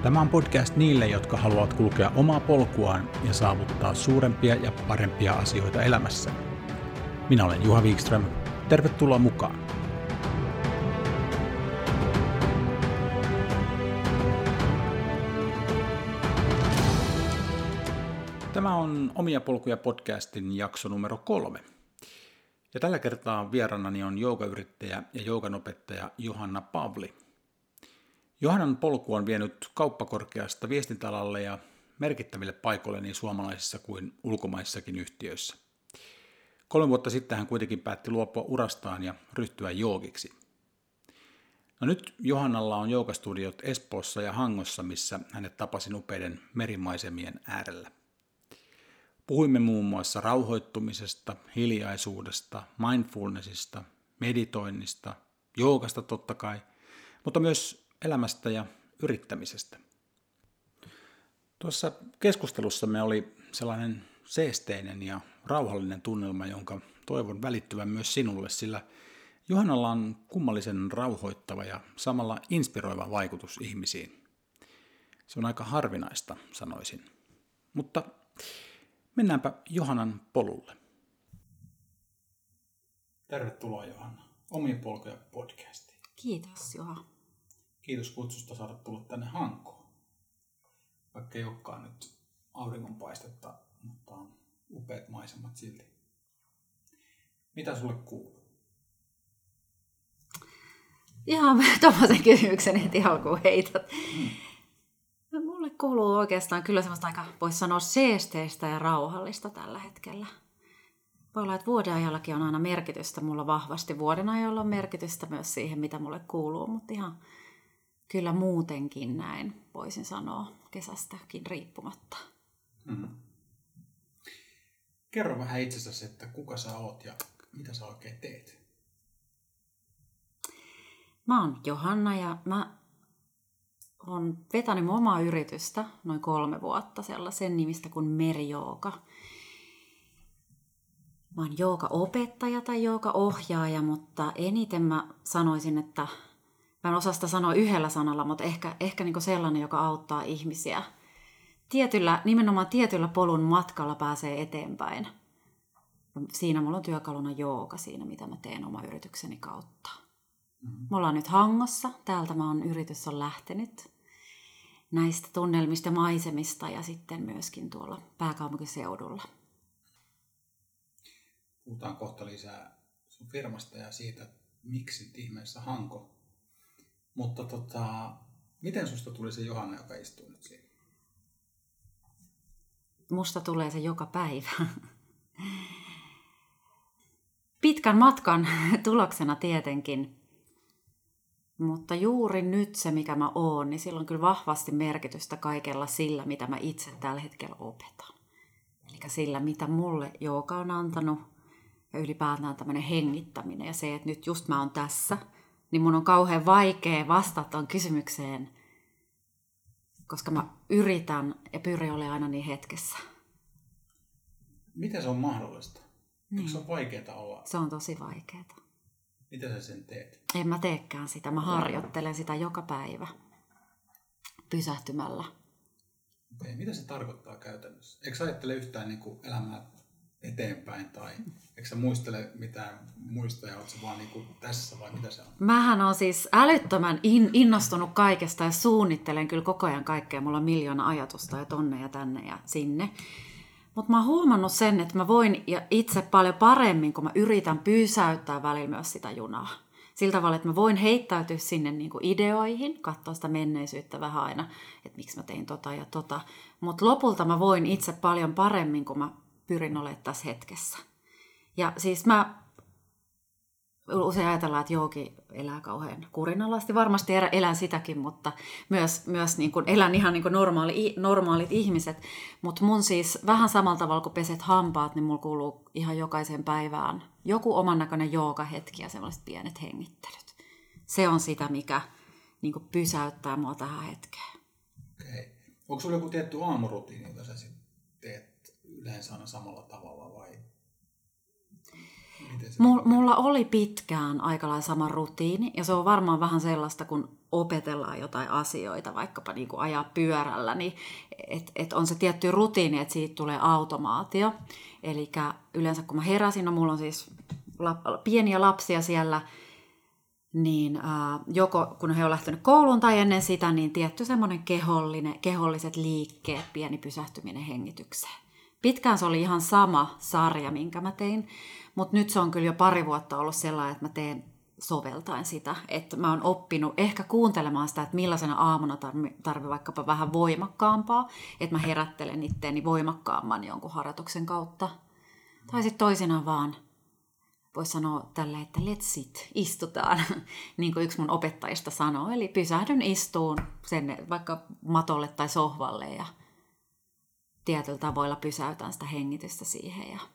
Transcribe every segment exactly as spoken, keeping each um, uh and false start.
Tämä on podcast niille, jotka haluavat kulkea omaa polkuaan ja saavuttaa suurempia ja parempia asioita elämässä. Minä olen Juha Wikström. Tervetuloa mukaan! Tämä on Omia polkuja podcastin jakso numero kolme. Ja tällä kertaa vieraanani on joogayrittäjä ja jooganopettaja Johanna Pavli. Johannan polku on vienyt kauppakorkeasta viestintäalalle ja merkittäville paikoille niin suomalaisissa kuin ulkomaisissakin yhtiöissä. Kolme vuotta sitten hän kuitenkin päätti luopua urastaan ja ryhtyä joogiksi. No nyt Johannalla on joogastudiot Espoossa ja Hangossa, missä hänet tapasin upeiden merimaisemien äärellä. Puhuimme muun muassa rauhoittumisesta, hiljaisuudesta, mindfulnessista, meditoinnista, joogasta totta kai, mutta myös elämästä ja yrittämisestä. Tuossa keskustelussamme oli sellainen seesteinen ja rauhallinen tunnelma, jonka toivon välittyvän myös sinulle, sillä Johannalla on kummallisen rauhoittava ja samalla inspiroiva vaikutus ihmisiin. Se on aika harvinaista, sanoisin. Mutta mennäänpä Johannan polulle. Tervetuloa Johanna, Omia polkuja podcastiin. Kiitos Juha. Kiitos kutsusta saada tulla tänne Hankoon. Vaikka ei olekaan nyt auringonpaistetta, mutta on upeat maisemat silti. Mitä sulle kuuluu? Ihan tuommoisen kysymyksen heti alkuun heität. Hmm. Mulle kuuluu oikeastaan kyllä semmoista aika, voisi sanoa, seesteistä ja rauhallista tällä hetkellä. Voi olla, että vuodenajallakin on aina merkitystä. Mulla vahvasti vuodenajalla on merkitystä myös siihen, mitä mulle kuuluu, mutta ihan kyllä muutenkin näin, voisin sanoa, kesästäkin riippumatta. Hmm. Kerro vähän itsestäsi, että kuka sä oot ja mitä sä oikein teet? Mä oon Johanna ja mä oon vetänyt mun omaa yritystä noin kolme vuotta sellaisen nimistä kuin Merijooga. Mä oon joogaopettaja tai joogaohjaaja, mutta eniten mä sanoisin, että mä en osaa sitä sanoa yhdellä sanalla, mutta ehkä, ehkä niin kuin sellainen, joka auttaa ihmisiä. Tietyllä, nimenomaan tietyllä polun matkalla pääsee eteenpäin. Siinä mulla on työkaluna jooga siinä, mitä mä teen oma yritykseni kautta. Mm-hmm. Me ollaan nyt Hangossa. Täältä mä oon, yritys on lähtenyt näistä tunnelmista ja maisemista ja sitten myöskin tuolla pääkaupunkiseudulla. Puhutaan kohta lisää sun firmasta ja siitä, miksi ihmeessä Hanko. Mutta tota, miten susta tuli se Johanna, joka istuu nyt siinä? Musta tulee se joka päivä. Pitkän matkan tuloksena tietenkin. Mutta juuri nyt se, mikä mä oon, niin sillä on kyllä vahvasti merkitystä kaikella sillä, mitä mä itse tällä hetkellä opetan. Eli sillä, mitä mulle jooga on antanut ja ylipäätään tämmöinen hengittäminen. Ja se, että nyt just mä oon tässä, niin mun on kauhean vaikea vastata tuon kysymykseen, koska mä yritän ja pyrin olemaan aina niin hetkessä. Miten se on mahdollista? Niin. Eikö se ole vaikeaa olla? Se on tosi vaikeaa. Mitä sä sen teet? En mä teekään sitä. Mä harjoittelen sitä joka päivä pysähtymällä. Okei, mitä se tarkoittaa käytännössä? Eikö sä ajattele yhtään niin kuin elämää eteenpäin tai eikö sä muistele mitään muistoja? Oletko sä vaan niin kuin tässä vai mitä se on? Mähän on siis älyttömän in, innostunut kaikesta ja suunnittelen kyllä koko ajan kaikkea. Mulla on miljoona ajatusta ja tonne ja tänne ja sinne. Mutta mä oon huomannut sen, että mä voin ja itse paljon paremmin, kun mä yritän pysäyttää välillä myös sitä junaa. Sillä tavalla, että mä voin heittäytyä sinne niinku ideoihin, katsoa sitä menneisyyttä vähän aina, että miksi mä tein tota ja tota. Mutta lopulta mä voin itse paljon paremmin, kun mä pyrin olemaan tässä hetkessä. Ja siis mä usein ajatellaan, että joogi elää kauhean kurinalaisesti. Varmasti elän sitäkin, mutta myös, myös niin kuin elän ihan niin kuin normaali, normaalit ihmiset. Mutta mun siis vähän samalla tavalla kuin peset hampaat, niin mulla kuuluu ihan jokaisen päivään joku oman näköinen joogahetki ja sellaiset pienet hengittelyt. Se on sitä, mikä niin kuin pysäyttää mua tähän hetkeen. Okei. Onko sulla joku tietty aamurutiini, jota sä sit teet yleensä aina samalla tavalla vai? Mulla oli pitkään aika lailla sama rutiini, ja se on varmaan vähän sellaista, kun opetellaan jotain asioita, vaikkapa niin kuin ajaa pyörällä, niin että et on se tietty rutiini, että siitä tulee automaatio. Eli yleensä kun mä heräsin, no mulla on siis lap- pieniä lapsia siellä, niin äh, joko kun he on lähtenyt kouluun tai ennen sitä, niin tietty semmoinen kehollinen, keholliset liikkeet, pieni pysähtyminen hengitykseen. Pitkään se oli ihan sama sarja, minkä mä tein, mutta nyt se on kyllä jo pari vuotta ollut sellainen, että mä teen soveltaen sitä, että mä oon oppinut ehkä kuuntelemaan sitä, että millaisena aamuna tarvii tarvi vaikkapa vähän voimakkaampaa, että mä herättelen itteeni voimakkaamman jonkun harjoituksen kautta. Tai sitten toisinaan vaan voisi sanoa tällä, että let's sit, istutaan, niin kuin yksi mun opettajista sanoo, eli pysähdyn istuun sen vaikka matolle tai sohvalle ja tietyllä tavoilla pysäytän sitä hengitystä siihen. Ja...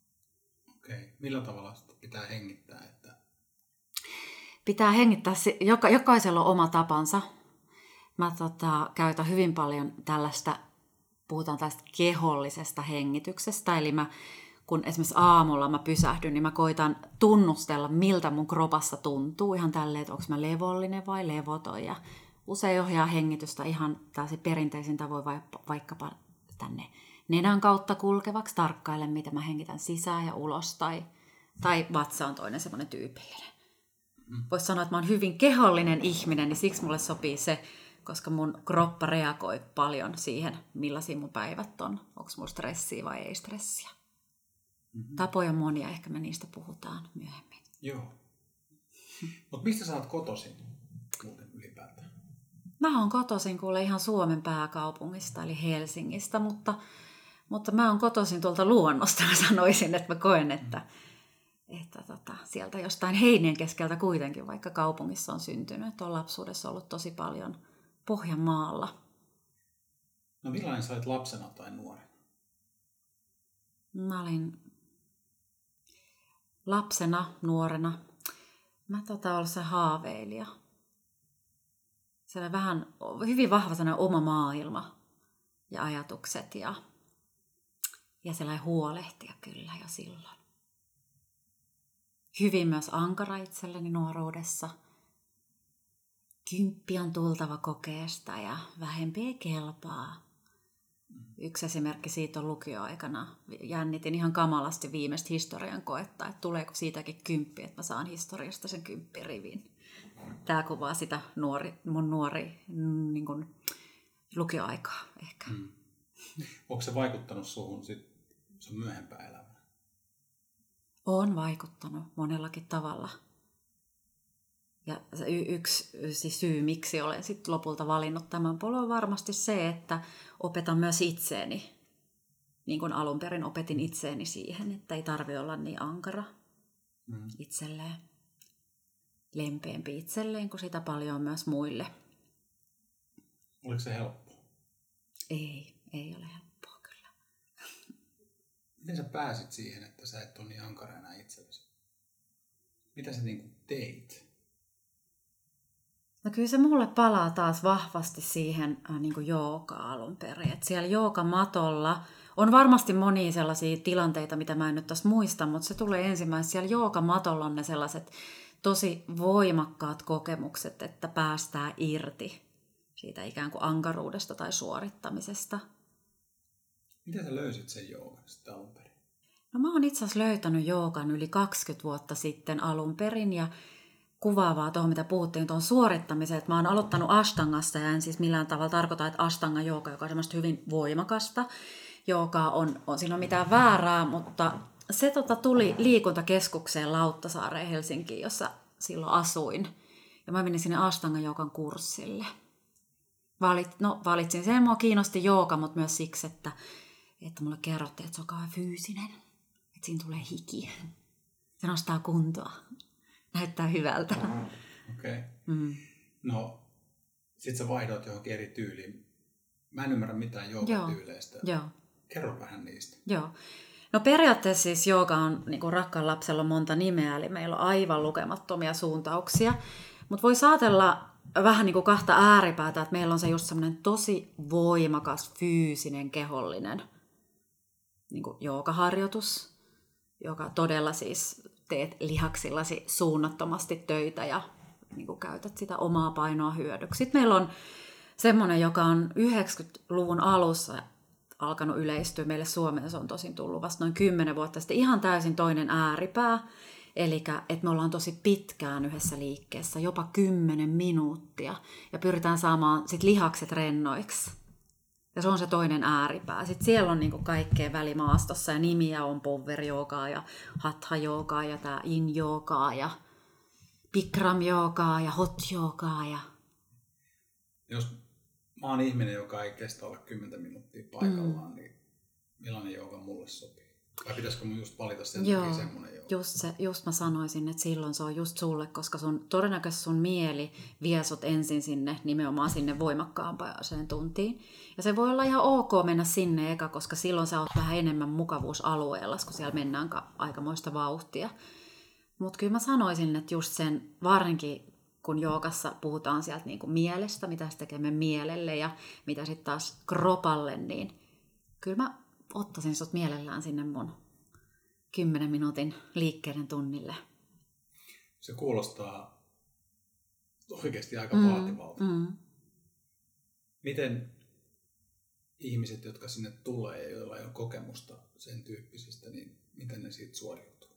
Okei, millä tavalla sitä pitää hengittää? Että... Pitää hengittää, joka, jokaisella on oma tapansa. Mä tota, käytän hyvin paljon tällaista, puhutaan tästä kehollisesta hengityksestä, eli mä, kun esimerkiksi aamulla mä pysähdyn, niin mä koitan tunnustella, miltä mun kropassa tuntuu, ihan tälleen, että onko mä levollinen vai levoton, ja usein ohjaa hengitystä ihan tällaisen perinteisin tavoin, vaikkapa tänne nenän kautta kulkevaksi, tarkkailen, mitä mä hengitän sisään ja ulos, tai, tai vatsa on toinen semmoinen tyypillinen. Mm. Voisi sanoa, että mä oon hyvin kehollinen ihminen, niin siksi mulle sopii se, koska mun kroppa reagoi paljon siihen, millaisia mun päivät on. Onko mulla stressiä vai ei stressiä. Mm-hmm. Tapoja on monia, ehkä me niistä puhutaan myöhemmin. Joo. Mutta mistä sä oot kotoisin muuten ylipäätään? Mä oon kotoisin kuule ihan Suomen pääkaupungista, eli Helsingistä, mutta, mutta mä oon kotoisin tuolta luonnosta. Mä sanoisin, että mä koen, että, että tota, sieltä jostain heinien keskeltä kuitenkin, vaikka kaupungissa on syntynyt. Että on lapsuudessa ollut tosi paljon Pohjanmaalla. No millainen sä olet lapsena tai nuorena? Mä olin lapsena, nuorena. Mä tota olin se haaveilija. Siellä vähän, hyvin vahva sellainen oma maailma ja ajatukset ja, ja sellainen huolehtia kyllä jo silloin. Hyvin myös ankara itselleni nuoruudessa. Kymppi on tultava kokeesta ja vähempi ei kelpaa. Yksi esimerkki siitä on lukioaikana. Jännitin ihan kamalasti viimeistä historian koetta, että tuleeko siitäkin kymppi, että mä saan historiasta sen kymppirivin. Tämä kuvaa sitä nuori, mun nuori niin kuin, lukioaikaa ehkä. Mm. Onko se vaikuttanut suhun sit sun myöhempään elämään? On vaikuttanut monellakin tavalla. Ja se y- yksi siis syy, miksi olen sit lopulta valinnut tämän polun, on varmasti se, että opetan myös itseeni. Niin kuin alun perin opetin itseeni siihen, että ei tarvitse olla niin ankara mm. itselleen. Lempeämpi itselleen, kun sitä paljon myös muille. Oliko se helppoa? Ei, ei ole helppoa kyllä. Miten sä pääsit siihen, että sä et ole niin ankara enää itsellesi? Mitä sä niin kuin teit? No kyllä se mulle palaa taas vahvasti siihen äh, niin kuin joogaan alun perin. Et siellä joogamatolla on varmasti monia sellaisia tilanteita, mitä mä en nyt tässä muista, mutta se tulee ensimmäisenä. Siellä joogamatolla on ne sellaiset tosi voimakkaat kokemukset, että päästään irti siitä ikään kuin ankaruudesta tai suorittamisesta. Miten sä löysit sen joogan sitten alun perin? No mä oon itse asiassa löytänyt joogan yli kaksikymmentä vuotta sitten alun perin ja kuvaavaa tuohon, mitä puhuttiin tuon suorittamiseen, että mä oon aloittanut ashtangasta ja en siis millään tavalla tarkoita, että ashtanga jooga, joka on semmoista hyvin voimakasta. Joogaa on, on siinä on mitään väärää, mutta se tota, tuli liikuntakeskukseen Lauttasaareen Helsinkiin, jossa silloin asuin. Ja mä menin sinne ashtanga-joogan kurssille. Valit, no, valitsin sen, mua kiinnosti jooga, mutta myös siksi, että, että mulle kerrottiin, että se on kauhean fyysinen. Että siinä tulee hiki. Se nostaa kuntoa. Näyttää hyvältä. Okei. Okay. Mm. No, sit sä vaihdoit johonkin eri tyyliin. Mä en ymmärrä mitään joogatyyleistä. Joo. Kerro vähän niistä. Joo. No periaatteessa siis jooga on, niin kuin rakkaan lapsella on monta nimeä, eli meillä on aivan lukemattomia suuntauksia. Mutta voi ajatella vähän niin kuin kahta ääripäätä, että meillä on se just semmoinen tosi voimakas, fyysinen, kehollinen niin kuin joogaharjoitus, joka todella siis teet lihaksillasi suunnattomasti töitä ja niin kuin käytät sitä omaa painoa hyödyksi. Sitten meillä on semmoinen, joka on yhdeksänkymmentäluvun alussa alkanut yleistyä meille Suomeen. Se on tosin tullut vasta noin kymmenen vuotta sitten. Ihan täysin toinen ääripää. Eli että me ollaan tosi pitkään yhdessä liikkeessä, jopa kymmenen minuuttia. Ja pyritään saamaan sit lihakset rennoiksi. Ja se on se toinen ääripää. Sitten siellä on niinku kaikkea välimaastossa ja nimiä on power-joogaa ja hatha-joogaa ja tää in-joogaa ja bikram-joogaa ja hot-joogaa. Ja... Jos mä oon ihminen, joka ei kestä olla kymmentä minuuttia paikallaan, mm. niin millainen jooga mulle sopii? Vai pitäisikö mun just valita sen Joo, takia semmoinen jooga? Just, se, just mä sanoisin, että silloin se on just sulle, koska sun, todennäköisesti sun mieli vie sut ensin sinne, nimenomaan sinne voimakkaampaan tuntiin. Ja se voi olla ihan ok mennä sinne eka, koska silloin sä oot vähän enemmän mukavuusalueella, kun siellä mennään aikamoista vauhtia. Mutta kyllä mä sanoisin, että just sen, varsinkin kun joogassa puhutaan sieltä niinku mielestä, mitä se tekee mielelle ja mitä sitten taas kropalle, niin kyllä mä ottaisin sut mielellään sinne mun kymmenen minuutin liikkeiden tunnille. Se kuulostaa oikeasti aika mm, vaativalta. Mm. Miten ihmiset, jotka sinne tulee ja joilla ei ole kokemusta sen tyyppisistä, niin miten ne siitä suoriutuu?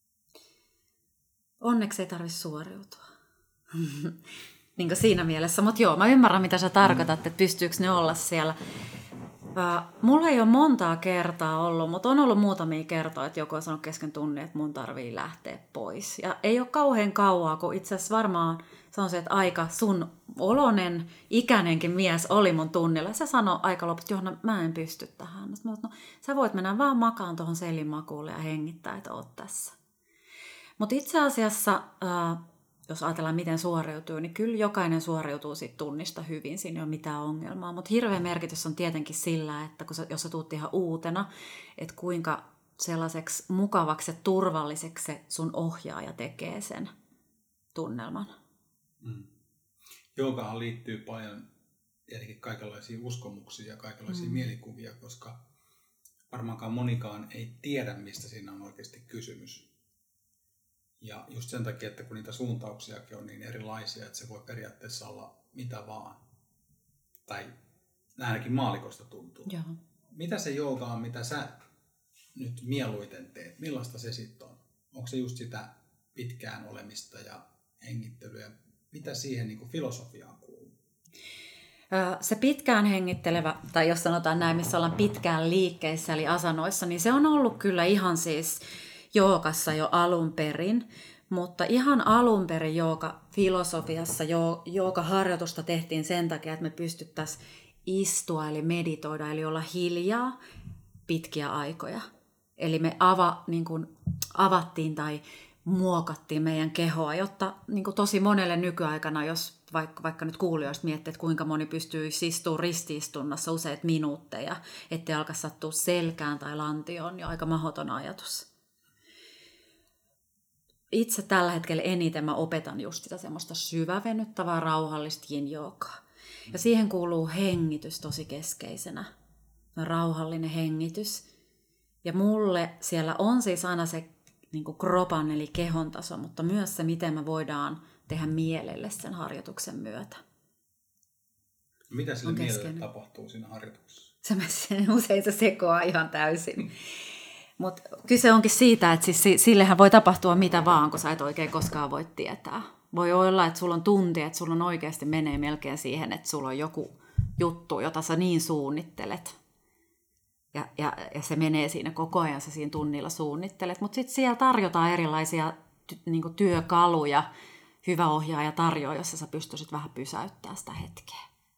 Onneksi ei tarvitse suoriutua. niin kuin siinä mielessä, mutta joo, mä ymmärrän mitä sä tarkoitat, mm. että pystyykö ne olla siellä. Uh, mulla ei ole montaa kertaa ollut, mutta on ollut muutamia kertoja, että joku on sanonut kesken tunnin, että mun tarvii lähteä pois. Ja ei ole kauhean kauaa, kun itse asiassa varmaan se on se, että aika sun olonen, ikäinenkin mies oli mun tunnilla. Ja se sanoi aika loput, että Johanna, mä en pysty tähän. Mä sanoin, no, sä voit mennä vaan makaan tuohon selin makuulle ja hengittää, että oot tässä. Mutta itse asiassa... Uh, jos ajatellaan, miten suoriutuu, niin kyllä jokainen suoriutuu siitä tunnista hyvin, siinä ei ole mitään ongelmaa. Mutta hirveä merkitys on tietenkin sillä, että kun sä, jos sä tuut ihan uutena, että kuinka sellaiseksi mukavaksi ja turvalliseksi se sun ohjaaja tekee sen tunnelman. Mm. Joogahan liittyy paljon tietenkin kaikenlaisia uskomuksia ja kaikenlaisia mm. mielikuvia, koska varmaankaan monikaan ei tiedä, mistä siinä on oikeasti kysymys. Ja just sen takia, että kun niitä suuntauksiakin on niin erilaisia, että se voi periaatteessa olla mitä vaan. Tai ainakin maalikosta tuntuu. Joo. Mitä se jooga on, mitä sä nyt mieluiten teet? Millaista se sitten on? Onko se just sitä pitkään olemista ja hengittelyä? Mitä siihen niin kuin filosofiaan kuuluu? Se pitkään hengittelevä, tai jos sanotaan näin, missä ollaan pitkään liikkeissä, eli asanoissa, niin se on ollut kyllä ihan siis... joogassa jo alun perin, mutta ihan alun perin jooga-filosofiassa jooga-harjoitusta tehtiin sen takia, että me pystyttäisiin istua eli meditoida, eli olla hiljaa pitkiä aikoja. Eli me ava, niin kuin, avattiin tai muokattiin meidän kehoa, jotta niin kuin tosi monelle nykyaikana, jos vaikka, vaikka nyt kuulijoista miettii, että kuinka moni pystyy istumaan ristiistunnassa useat minuutteja, ettei alkaa sattua selkään tai lantioon, niin aika mahdoton ajatus. Itse tällä hetkellä eniten mä opetan just sitä semmoista syvävenyttävää, rauhallista yin-joogaa. Ja siihen kuuluu hengitys tosi keskeisenä. Rauhallinen hengitys. Ja mulle siellä on siis aina se niin kuin kropan eli kehon taso, mutta myös se, miten me voidaan tehdä mielelle sen harjoituksen myötä. Mitä sille mielelle tapahtuu siinä harjoituksessa? Se usein se sekoaa ihan täysin. Mutta kyse onkin siitä, että siis sillehän voi tapahtua mitä vaan, kun sä et oikein koskaan voi tietää. Voi olla, että sulla on tunti, että sulla on oikeasti menee melkein siihen, että sulla on joku juttu, jota sä niin suunnittelet. Ja, ja, ja se menee siinä koko ajan, sä siinä tunnilla suunnittelet. Mutta sitten siellä tarjotaan erilaisia ty, niinku työkaluja, hyvä ohjaaja tarjoaa, jossa sä pystyisit vähän pysäyttämään sitä hetkeä.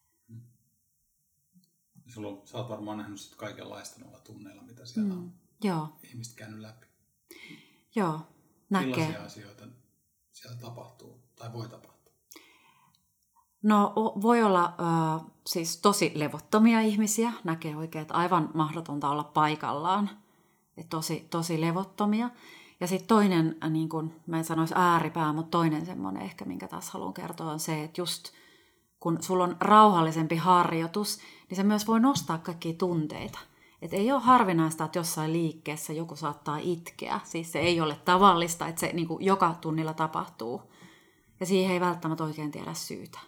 Sulla on, sä oot varmaan nähnyt sit kaikenlaista noilla tunneilla, mitä siellä mm. on. Joo. Ihmiset käynyt läpi. Joo, näkee. Millaisia asioita siellä tapahtuu tai voi tapahtua? No voi olla äh, siis tosi levottomia ihmisiä, näkee oikein, että aivan mahdotonta olla paikallaan. Et tosi, tosi levottomia. Ja sitten toinen, äh, niin kun, mä en sanoisi ääripää, mutta toinen semmoinen ehkä, minkä taas haluan kertoa, on se, että just kun sulla on rauhallisempi harjoitus, niin se myös voi nostaa kaikkia tunteita. Et ei ole harvinaista, että jossain liikkeessä joku saattaa itkeä. Siis se ei ole tavallista, että se niin kuin joka tunnilla tapahtuu. Ja siihen ei välttämättä oikein tiedä syytä.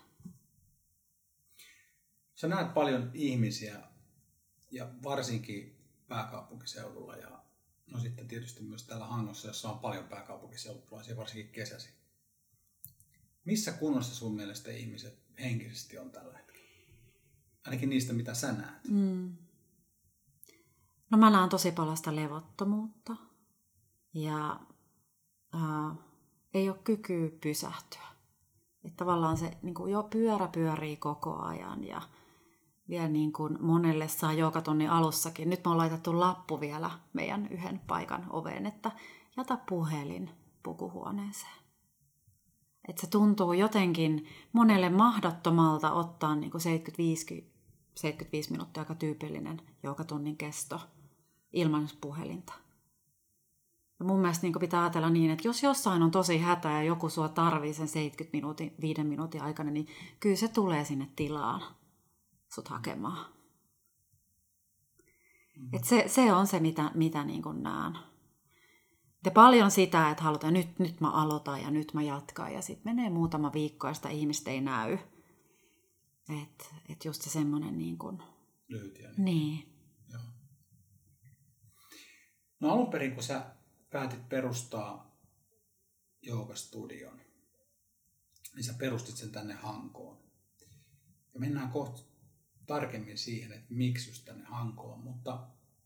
Sä näet paljon ihmisiä, ja varsinkin pääkaupunkiseudulla, ja no sitten tietysti myös täällä Hangossa, jossa on paljon pääkaupunkiseutulaisia, varsinkin kesäsi. Missä kunnossa sun mielestä ihmiset henkisesti on tällä hetkellä? Ainakin niistä, mitä sä näet. Mm. No mä näen tosi paljon sitä levottomuutta ja ää, ei ole kykyä pysähtyä. Että tavallaan se niin kuin jo pyörä pyörii koko ajan ja vielä niin kuin monelle saa joogatunnin alussakin. Nyt me on laitettu lappu vielä meidän yhden paikan oveen, että jätä puhelin pukuhuoneeseen. Että se tuntuu jotenkin monelle mahdottomalta ottaa niin kuin seitsemänkymmentäviisi minuuttia, aika tyypillinen joogatunnin kesto ilman puhelinta. Ja mun mielestä niin kuin pitää ajatella niin, että jos jossain on tosi hätä ja joku sua tarvii sen seitsemänkymmentä minuutin, viiden minuutin aikana, niin kyllä se tulee sinne tilaan sut hakemaan. Mm-hmm. Et se, se on se, mitä, mitä niin kuin näen. Ja paljon sitä, että halutaan, nyt, nyt mä aloitan ja nyt mä jatkan. Ja sitten menee muutama viikko ja sitä ihmistä ei näy. Että et just se semmoinen niin kuin... Lyhyt ja niin. Joo. No alun perin, kun sä päätit perustaa joogastudion, niin sä perustit sen tänne Hankoon. Ja mennään kohta tarkemmin siihen, että miksi just tänne Hankoon, mutta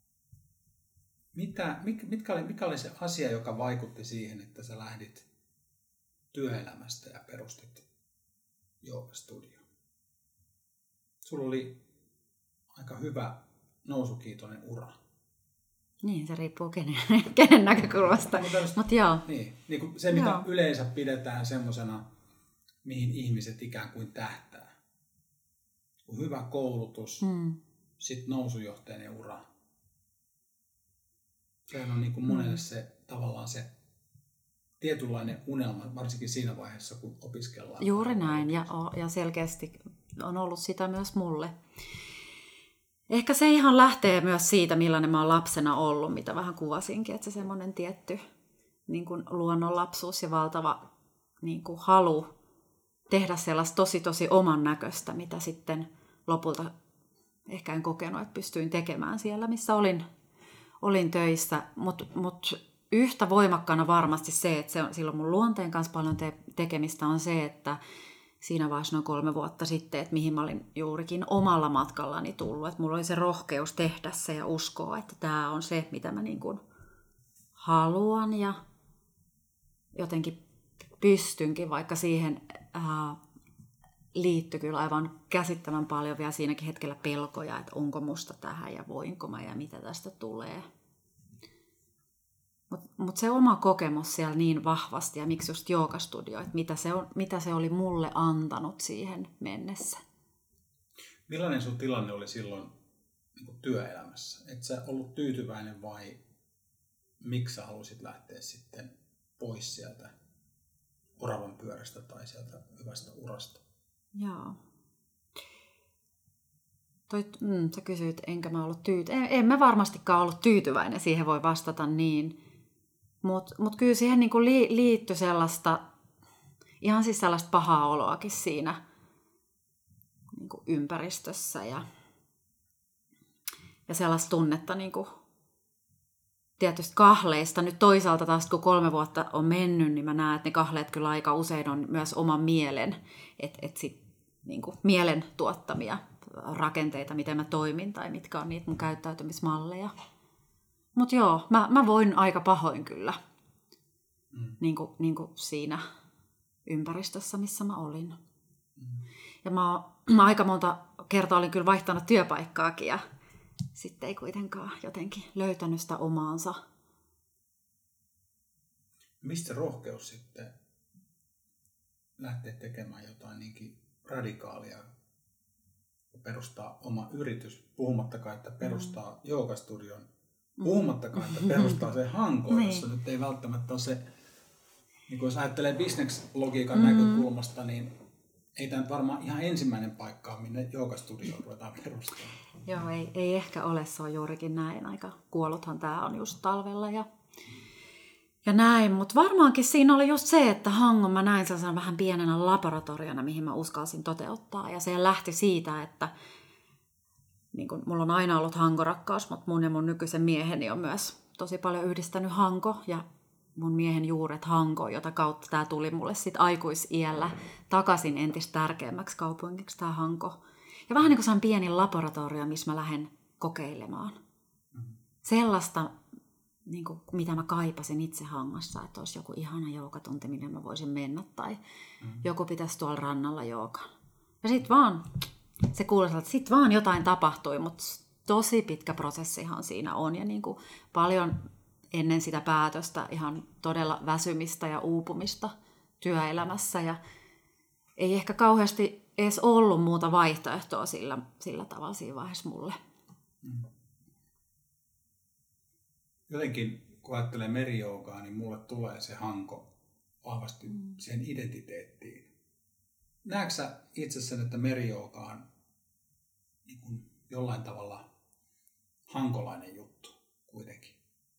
mitä, mitkä oli, mikä oli se asia, joka vaikutti siihen, että sä lähdit työelämästä ja perustit joogastudion? Sulla oli aika hyvä nousukiitoinen ura. Niin, se riippuu kenen, kenen näkökulmasta. Mut joo. Niin, niin kuin se, mitä joo. yleensä pidetään semmoisena, mihin ihmiset ikään kuin tähtää. Hyvä koulutus, hmm. sitten nousujohteinen ura. Sehän on niin kuin monelle se tavallaan se tietynlainen unelma, varsinkin siinä vaiheessa, kun opiskellaan. Juuri näin, ja, ja selkeästi on ollut sitä myös mulle. Ehkä se ihan lähtee myös siitä, millainen mä oon lapsena ollut, mitä vähän kuvasinkin, että se semmoinen tietty niin kuin luonnonlapsuus ja valtava niin kuin halu tehdä sellaista tosi tosi oman näköistä, mitä sitten lopulta ehkä en kokenut, että pystyin tekemään siellä, missä olin, olin töissä, mutta mut yhtä voimakkaana varmasti se, että se on, silloin mun luonteen kanssa paljon te- tekemistä on se, että siinä vaiheessa noin kolme vuotta sitten, että mihin mä olin juurikin omalla matkallani tullut, että mulla oli se rohkeus tehdä se ja uskoa, että tämä on se, mitä mä niin kuin haluan ja jotenkin pystynkin, vaikka siihen ää, liittyi kyllä aivan käsittävän paljon vielä siinäkin hetkellä pelkoja, että onko musta tähän ja voinko mä ja mitä tästä tulee. Mutta mut se oma kokemus siellä niin vahvasti ja miksi just joogastudio, että mitä se, on, mitä se oli mulle antanut siihen mennessä. Millainen sun tilanne oli silloin niin kuin työelämässä? Et sä ollut tyytyväinen vai miksi sä halusit lähteä sitten pois sieltä oravan pyörästä tai sieltä hyvästä urasta? Joo. Toi, mm, sä kysyit, enkä mä ollut tyytyväinen. En, en mä varmastikaan ollut tyytyväinen, siihen voi vastata niin. Mutta mut kyllä siihen niinku li, liittyi sellaista, ihan siis sellaista pahaa oloakin siinä niinku ympäristössä. Ja, ja sellaista tunnetta niinku, tietysti kahleista. Nyt toisaalta taas kun kolme vuotta on mennyt, niin mä näen, että ne kahleet kyllä aika usein on myös oman mielen. Että et sit niinku mielen tuottamia rakenteita, miten mä toimin tai mitkä on niitä mun käyttäytymismalleja. Mutta joo, mä, mä voin aika pahoin kyllä mm. niin kuin, niin kuin siinä ympäristössä, missä mä olin. Mm. Ja mä, mä aika monta kertaa olin kyllä vaihtanut työpaikkaakin ja sitten ei kuitenkaan jotenkin löytänyt sitä omaansa. Mistä rohkeus sitten lähteä tekemään jotain niinkin radikaalia, perustaa oma yritys, puhumattakaan, että perustaa mm. joogastudion, puhumattakaan, että perustaa se Hankoon, jossa nyt ei välttämättä ole se, niin kuin jos ajattelee business-logiikan mm. näkökulmasta, niin ei tämä varmaan ihan ensimmäinen paikka, minne joogastudioon ruvetaan perustamaan. Joo, ei, ei ehkä ole, se on juurikin näin. Aika kuolluthan tämä on just talvella ja, ja näin. Mutta varmaankin siinä oli just se, että Hangon mä näin sellaisen vähän pienenä laboratoriona, mihin mä uskalsin toteuttaa. Ja se lähti siitä, että niin kun, mulla on aina ollut Hanko-rakkaus, mutta mun ja mun nykyisen mieheni on myös tosi paljon yhdistänyt Hanko ja mun miehen juuret Hanko, jota kautta tämä tuli mulle sitten aikuisiällä takaisin entistä tärkeämmäksi kaupungiksi tämä Hanko. Ja vähän niin kuin se on pieni laboratorio, missä mä lähden kokeilemaan. Mm-hmm. Sellaista, niin kuin, mitä mä kaipasin itse Hangossa, että olisi joku ihana joogatunti, minne mä voisin mennä, tai mm-hmm. joku pitäisi tuolla rannalla joogan. Ja sitten vaan, se kuulostaa, että sitten vaan jotain tapahtui, mutta tosi pitkä prosessihan siinä on, ja niin kuin paljon ennen sitä päätöstä ihan todella väsymistä ja uupumista työelämässä, ja ei ehkä kauheasti edes ollut muuta vaihtoehtoa sillä, sillä tavalla siinä vaiheessa mulle. Jotenkin, kun ajattelee merijoogaa, niin mulle tulee se Hanko vahvasti mm. sen identiteettiin. Näetkö sä itse sen, että merijooga on niin kuin jollain tavalla hankolainen juttu kuitenkin?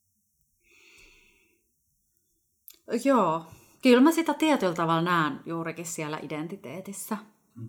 Joo. Kyllä mä sitä tietyllä tavalla näen juurikin siellä identiteetissä. Hmm.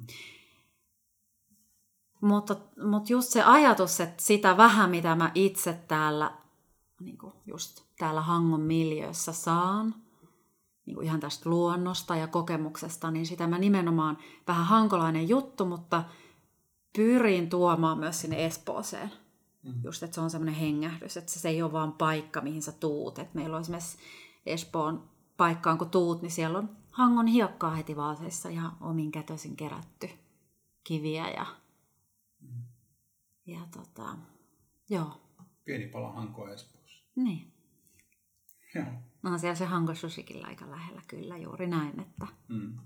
Mutta, mutta just se ajatus, että sitä vähän, mitä mä itse täällä, niin kuin just täällä Hangon miljöössä saan, niin kuin ihan tästä luonnosta ja kokemuksesta, niin sitä mä nimenomaan vähän hankolainen juttu, mutta pyrin tuomaan myös sinne Espooseen. Hmm. Just, että se on semmoinen hengähdys, että se ei ole vaan paikka, mihin sä tuut. Että meillä on esimerkiksi Espoon paikkaan, kun tuut, niin siellä on Hangon hiekkaa heti vaateissa ihan omin kätösin kerätty kiviä ja, mm. ja tota, joo. Pieni pala Hankoa Espoossa. Niin. Joo. No siellä se Hanko Sushikin aika lähellä kyllä juuri näin, että. Mm.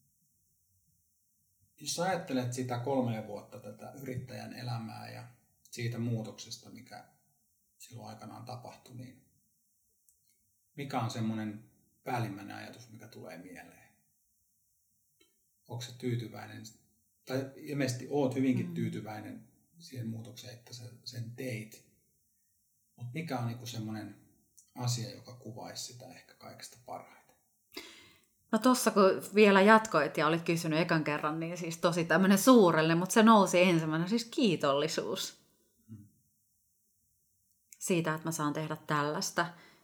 Jos ajattelet sitä kolmea vuotta tätä yrittäjän elämää ja siitä muutoksesta, mikä silloin aikanaan tapahtui, niin mikä on semmoinen päällimmäinen ajatus, mikä tulee mieleen? Onko se tyytyväinen, tai ilmeisesti oot hyvinkin mm. tyytyväinen siihen muutokseen, että sä sen teit. Mutta mikä on niinku semmoinen asia, joka kuvaisi sitä ehkä kaikista parhaiten? No tossa kun vielä jatkoit ja olit kysynyt ekan kerran, niin siis tosi tämmöinen suurellinen, mutta se nousi ensimmäinen, siis kiitollisuus. Mm. Siitä, että mä saan tehdä tällaista.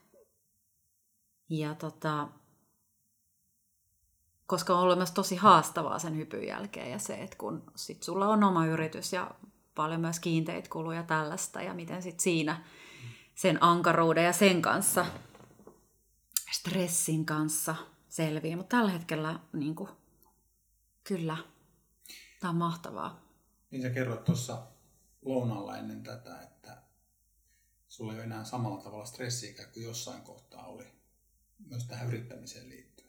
Ja tota, koska on ollut myös tosi haastavaa sen hypyn jälkeen ja se, että kun sit sulla on oma yritys ja paljon myös kiinteitä kuluja tällaista ja miten sit siinä sen ankaruuden ja sen kanssa, stressin kanssa selviää. Mutta tällä hetkellä niin kuin, kyllä, tämä on mahtavaa. Niin sä kerroit tuossa lounaalla ennen tätä, että sulla ei ole enää samalla tavalla stressiä kuin jossain kohtaa oli. Myös tähän yrittämiseen liittyen.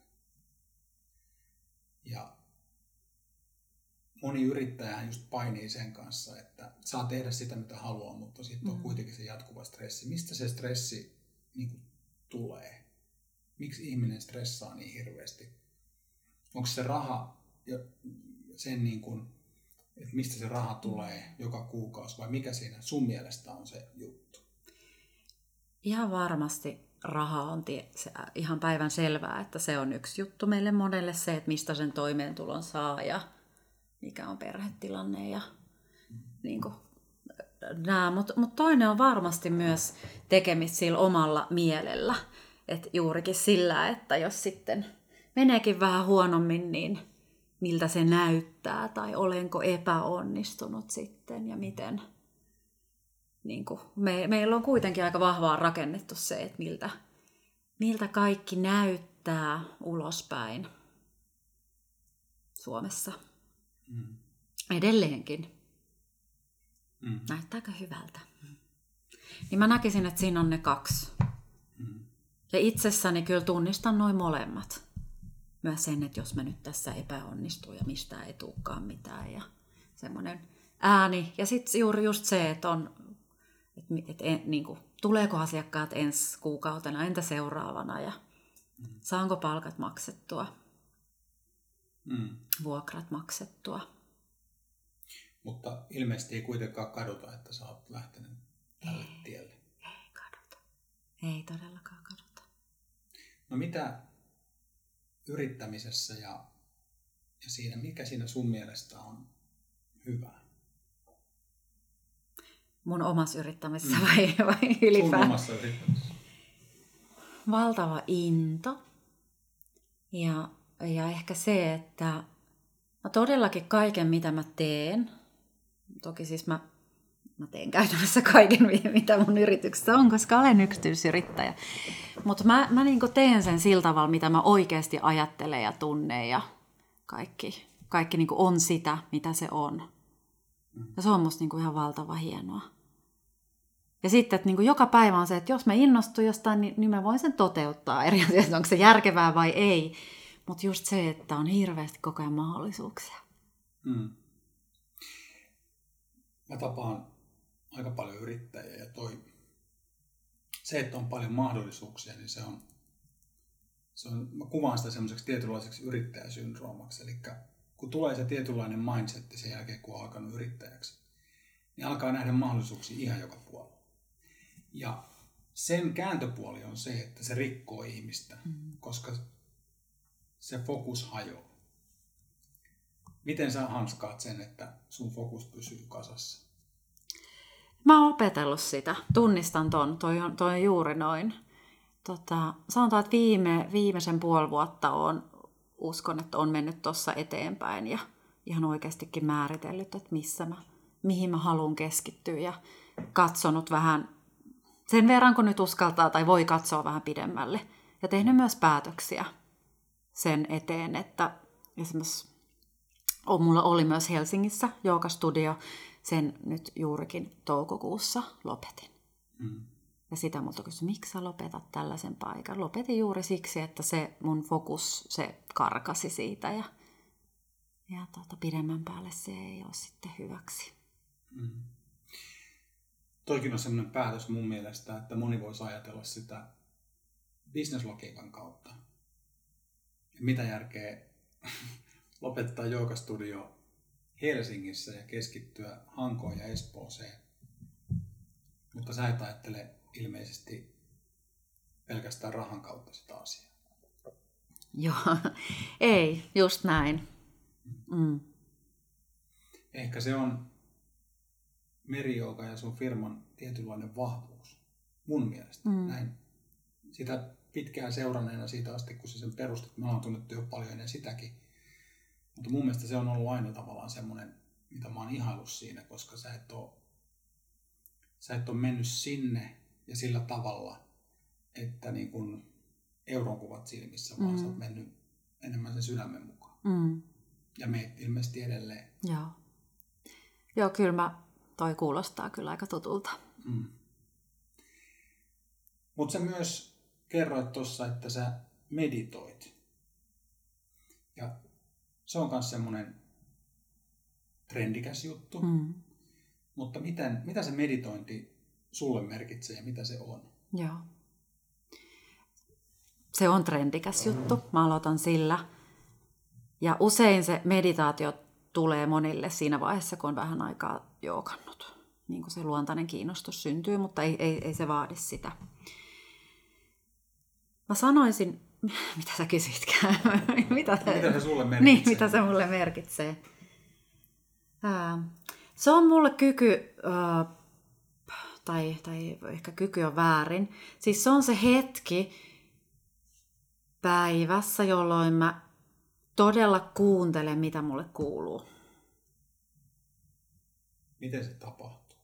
Ja moni yrittäjähän just painii sen kanssa, että saa tehdä sitä mitä haluaa, mutta sitten on mm. kuitenkin se jatkuva stressi. Mistä se stressi niin kuin tulee? Miksi ihminen stressaa niin hirveästi? Onko se raha, sen niin kuin, että mistä se raha tulee joka kuukausi vai mikä siinä sun mielestä on se juttu? Ihan varmasti. Raha on tie, se, ihan päivän selvää, että se on yksi juttu meille monelle se, että mistä sen toimeentulon saa ja mikä on perhetilanne ja mm. niin kuin, nämä. Mutta mut toinen on varmasti myös tekemistä sillä omalla mielellä. Et juurikin sillä, että jos sitten meneekin vähän huonommin, niin miltä se näyttää tai olenko epäonnistunut sitten ja miten. Niin kuin me, meillä on kuitenkin aika vahvaa rakennettu se, että miltä, miltä kaikki näyttää ulospäin Suomessa. Mm. Edelleenkin. Mm. Näyttääkö hyvältä? Mm. Niin mä näkisin, että siinä on ne kaksi. Mm. Ja itsessäni kyllä tunnistan noin molemmat. Myös sen, että jos mä nyt tässä epäonnistun ja mistään ei tulekaan mitään. Ja semmoinen ääni. Ja sitten juuri just se, että on että et, et, niin kuin, tuleeko asiakkaat ensi kuukautena, entä seuraavana ja saanko palkat maksettua. mm. vuokrat maksettua. Mutta ilmeisesti ei kuitenkaan kaduta, että sä oot lähtenyt tälle ei, tielle. Ei kaduta. Ei todellakaan kaduta. No mitä yrittämisessä ja, ja siinä, mikä siinä sun mielestä on hyvää? Mun omassa yrittämisessä mm. vai, vai ylipäätään? Sun omassa yrittämisessä. Valtava into. Ja, ja ehkä se, että mä todellakin kaiken, mitä mä teen, toki siis mä, mä teen käytännössä kaiken, mitä mun yrityksessä on, koska olen yksityisyrittäjä. Mutta mä, mä niin teen sen sillä tavalla, mitä mä oikeasti ajattelen ja tunnen ja kaikki, kaikki niin on sitä, mitä se on. Ja se on musta niin ihan valtava hienoa. Ja sitten, että niin joka päivä on se, että jos mä innostun jostain, niin, niin mä voin sen toteuttaa. Eri asioista, onko se järkevää vai ei. Mutta just se, että on hirveästi koko ajan mahdollisuuksia. Mm. Mä tapaan aika paljon yrittäjiä ja toi, se, että on paljon mahdollisuuksia, niin se on, se on mä kuvaan sitä semmoiseksi tietynlaiseksi yrittäjäsyndroomaksi. Eli kun tulee se tietynlainen mindset sen jälkeen, kun on alkanut yrittäjäksi, niin alkaa nähdä mahdollisuuksia ihan joka puolella. Ja sen kääntöpuoli on se, että se rikkoo ihmistä, mm. koska se fokus hajoaa. Miten sä hanskaat sen, että sun fokus pysyy kasassa? Mä oon opetellut sitä. Tunnistan ton. Toi on, toi on juuri noin. Tota, sanotaan, että viime, viimeisen puoli vuotta on, uskon, että on mennyt tuossa eteenpäin ja ihan oikeastikin määritellyt, että missä mä, mihin mä haluan keskittyä ja katsonut vähän sen verran, kun nyt uskaltaa tai voi katsoa vähän pidemmälle ja tehnyt myös päätöksiä sen eteen, että esimerkiksi on, mulla oli myös Helsingissä joogastudio, sen nyt juurikin toukokuussa lopetin. Mm. Ja sitä multa kysyi, miksi sä lopetat tällaisen paikan? Lopetin juuri siksi, että se mun fokus, se karkasi siitä ja, ja tuota, pidemmän päälle se ei ole sitten hyväksi. Mm. Toikin on sellainen päätös mun mielestä, että moni voisi ajatella sitä business-logiikan kautta. Mitä järkeä lopettaa joogastudio Helsingissä ja keskittyä Hankoon ja Espooseen. Mutta sä et ajattele ilmeisesti pelkästään rahan kautta sitä asiaa. Joo, ei, just näin. Mm. Ehkä se on merijooga ja sun firman tietynlainen vahvuus. Mun mielestä. Mm. Näin. Sitä pitkään seuranneena siitä asti, kun se sen perustat. Mä oon tunnettu jo paljon ennen sitäkin. Mutta mun mielestä se on ollut aina tavallaan semmoinen, mitä mä oon ihaillut siinä, koska sä et oo, sä et oo mennyt sinne ja sillä tavalla, että niin kun euron kuvat silmissä, vaan mm. sä oot mennyt enemmän sen sydämen mukaan. Mm. Ja me ilmeisesti edelleen. Joo. Joo, kyllä mä, toi kuulostaa kyllä aika tutulta. Mm. Mutta sä myös kerroit tuossa, että sä meditoit. Ja se on myös semmoinen trendikäs juttu. Mm. Mutta miten, mitä se meditointi sulle merkitsee ja mitä se on? Joo. Se on trendikäs juttu. Mä aloitan sillä. Ja usein se meditaatio tulee monille siinä vaiheessa, kun on vähän aikaa joogannut. Niin kuin se luontainen kiinnostus syntyy, mutta ei, ei, ei se vaadi sitä. Mä sanoisin, mitä sä kysytkään? mitä, mitä se sulle merkitsee? Niin, mitä se mulle merkitsee? Ää, se on mulle kyky, ää, tai, tai ehkä kyky on väärin. Siis se on se hetki päivässä, jolloin mä todella kuuntelen, mitä mulle kuuluu. Miten se tapahtuu?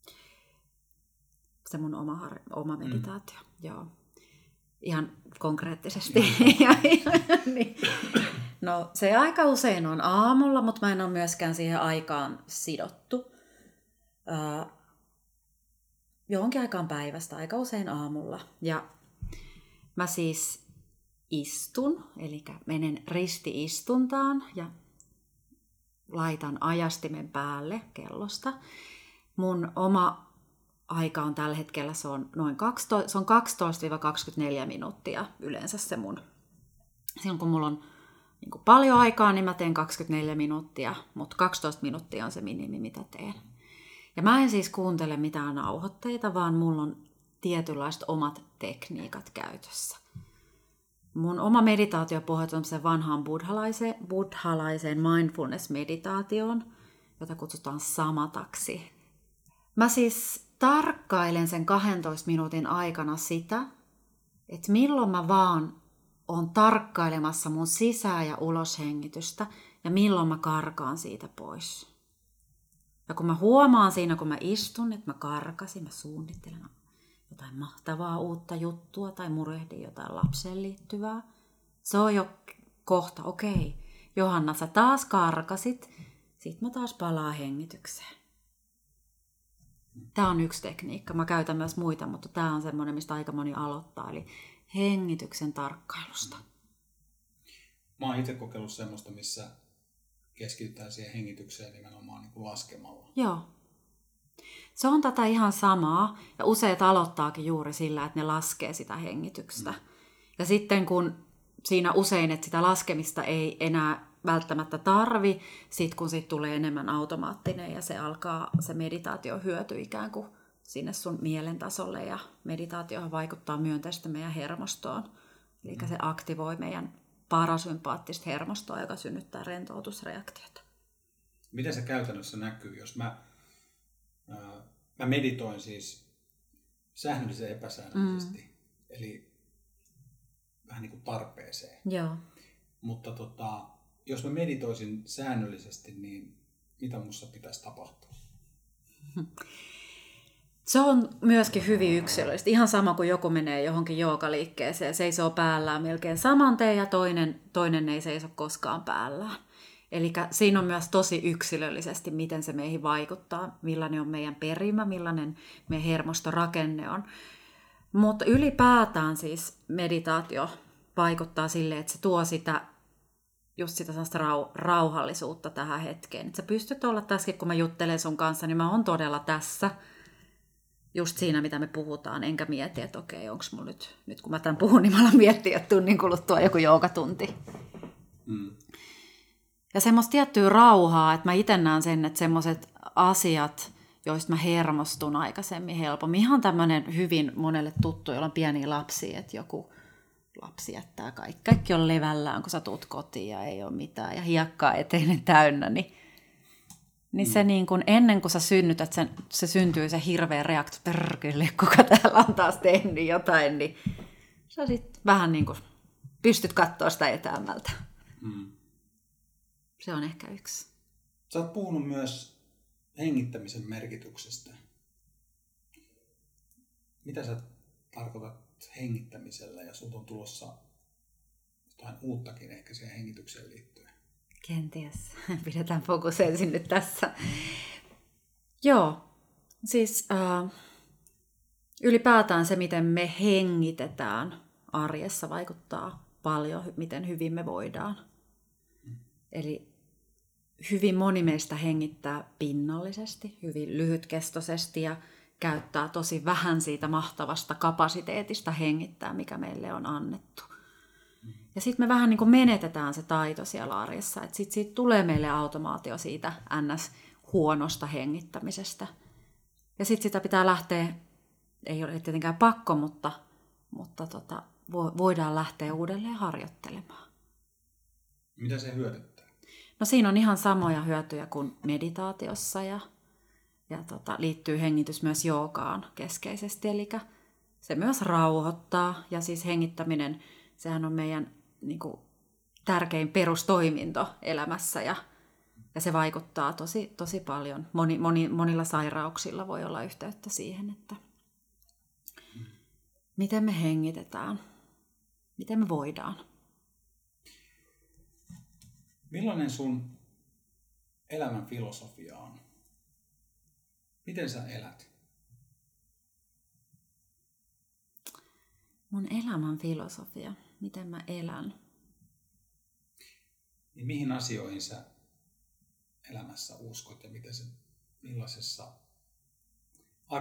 Se mun oma, har- oma meditaatio, mm. joo. Ihan konkreettisesti. niin. No se aika usein on aamulla, mutta mä en ole myöskään siihen aikaan sidottu. Öö, johonkin aikaan päivästä, aika usein aamulla. Ja mä siis istun, eli menen risti-istuntaan ja laitan ajastimen päälle kellosta. Mun oma aika on tällä hetkellä, se on noin kaksitoista, se on kaksitoista kaksikymmentäneljä minuuttia yleensä se mun. Silloin kun mulla on niin kuin paljon aikaa, niin mä teen kaksikymmentäneljä minuuttia, mutta kaksitoista minuuttia on se minimi, mitä teen. Ja mä en siis kuuntele mitään nauhoitteita, vaan mulla on tietynlaiset omat tekniikat käytössä. Mun oma meditaatio pohjautuu sen vanhaan buddhalaiseen, buddhalaiseen mindfulness-meditaatioon, jota kutsutaan samataksi. Mä siis tarkkailen sen kahdentoista minuutin aikana sitä, että milloin mä vaan on tarkkailemassa mun sisä- ja uloshengitystä ja milloin mä karkaan siitä pois. Ja kun mä huomaan siinä, kun mä istun, että mä karkasin, mä suunnittelen jotain mahtavaa uutta juttua tai murehdin jotain lapseen liittyvää, se on jo kohta, okei, Johanna, sä taas karkasit, sit mä taas palaan hengitykseen. Tämä on yksi tekniikka. Mä käytän myös muita, mutta tämä on semmoinen, mistä aika moni aloittaa, eli hengityksen tarkkailusta. Mä oon itse kokeillut semmoista, missä keskitytään siihen hengitykseen nimenomaan niin kuin laskemalla. Joo. Se on tätä ihan samaa, ja useat aloittaakin juuri sillä, että ne laskee sitä hengitystä. Mm. Ja sitten kun siinä usein, että sitä laskemista ei enää välttämättä tarvi, sit kun siitä tulee enemmän automaattinen ja se alkaa se meditaatio hyöty ikään kuin sinne sun mielen tasolle ja meditaatiohan vaikuttaa myönteisesti meidän hermostoon. Eli mm. se aktivoi meidän parasympaattista hermostoa, joka synnyttää rentoutusreaktiota. Miten se käytännössä näkyy, jos mä, ää, mä meditoin siis säännöllisesti ja epäsäännöllisesti, mm. eli vähän niin kuin tarpeeseen. Joo. Mutta tota, jos mä meditoisin säännöllisesti, niin mitä musta pitäisi tapahtua? Se on myöskin hyvin yksilöllistä. Ihan sama kuin joku menee johonkin joogaliikkeeseen, seisoo päällään melkein saman tien ja toinen, toinen ei seiso koskaan päällään. Eli siinä on myös tosi yksilöllisesti, miten se meihin vaikuttaa, millainen on meidän perimä, millainen meidän hermostorakenne on. Mutta ylipäätään siis meditaatio vaikuttaa sille, että se tuo sitä just sitä rau- rauhallisuutta tähän hetkeen. Et sä pystyt olla tässäkin, kun mä juttelen sun kanssa, niin mä oon todella tässä just siinä, mitä me puhutaan, enkä mieti, että okei, onko mulla nyt, nyt kun mä tämän puhun, niin mä alan miettiä, että tunnin kuluttua joku joogatunti. Mm. Ja semmoista tiettyä rauhaa, että mä itse näen sen, että semmoiset asiat, joista mä hermostun aikaisemmin helpommin, ihan tämmöinen hyvin monelle tuttu, jolla on pieniä lapsia, että joku lapsi jättää kaikki. Kaikki on levällään, kun sä tuut kotiin ja ei ole mitään ja hiekkaa eteinen täynnä. Niin, niin mm. se niin kun ennen kuin sä synnytät, sen, se syntyy se hirveä reaktio, perkele, kuka täällä on taas tehnyt jotain, niin sä sit vähän niin kuin pystyt katsoa sitä etäämältä. Mm. Se on ehkä yksi. Sä oot puhunut myös hengittämisen merkityksestä. Mitä sä tarkoitat hengittämisellä ja sulta on tulossa jotain uuttakin ehkä siihen hengitykseen liittyen? Kenties. Pidetään fokus ensin nyt tässä. Joo, siis äh, ylipäätään se, miten me hengitetään arjessa, vaikuttaa paljon, miten hyvin me voidaan. Hmm. Eli hyvin moni meistä hengittää pinnallisesti, hyvin lyhytkestoisesti ja käyttää tosi vähän siitä mahtavasta kapasiteetista hengittää, mikä meille on annettu. Ja sitten me vähän niin kuin menetetään se taito siellä arjessa, että sitten siitä tulee meille automaatio siitä ns. Huonosta hengittämisestä. Ja sitten sitä pitää lähteä, ei ole tietenkään pakko, mutta, mutta tota, voidaan lähteä uudelleen harjoittelemaan. Mitä se hyödyttää? No siinä on ihan samoja hyötyjä kuin meditaatiossa ja Ja tota, liittyy hengitys myös joogaan keskeisesti, eli se myös rauhoittaa. Ja siis hengittäminen, sehän on meidän niin kuin, tärkein perustoiminto elämässä ja, ja se vaikuttaa tosi, tosi paljon. Moni, moni, monilla sairauksilla voi olla yhteyttä siihen, että miten me hengitetään, miten me voidaan. Millainen sun elämän filosofia on? Miten sä elät? Mun elämän filosofia. Miten mä elän? Niin mihin asioihin sä elämässä uskot ja miten se, millaisessa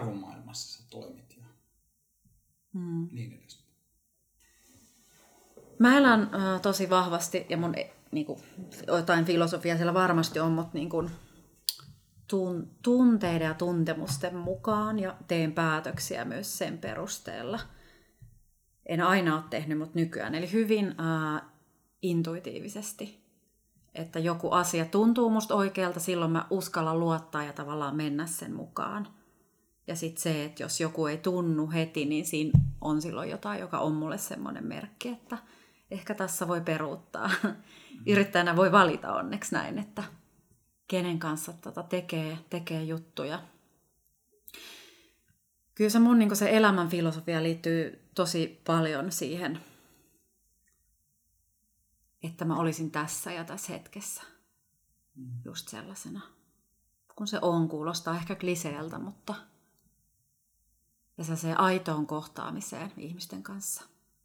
arvomaailmassa sä toimit ja hmm. niin edespäin? Mä elän äh, tosi vahvasti, ja mun niin kuin, jotain filosofiaa siellä varmasti on, mutta niin kuin, tun, tunteiden ja tuntemusten mukaan, ja teen päätöksiä myös sen perusteella. En aina ole tehnyt, mutta nykyään. Eli hyvin äh, intuitiivisesti. Että joku asia tuntuu musta oikealta, silloin mä uskallan luottaa ja tavallaan mennä sen mukaan. Ja sitten se, että jos joku ei tunnu heti, niin siinä on silloin jotain, joka on mulle semmoinen merkki, että ehkä tässä voi peruuttaa. Yrittäjänä voi valita onneksi näin, että kenen kanssa tota tekee, tekee juttuja. Kyllä se mun niin se elämän filosofia liittyy tosi paljon siihen, että mä olisin tässä ja tässä hetkessä. Just sellaisena. Kun se on, kuulostaa ehkä kliseeltä, mutta ja se aitoon kohtaamiseen ihmisten kanssa.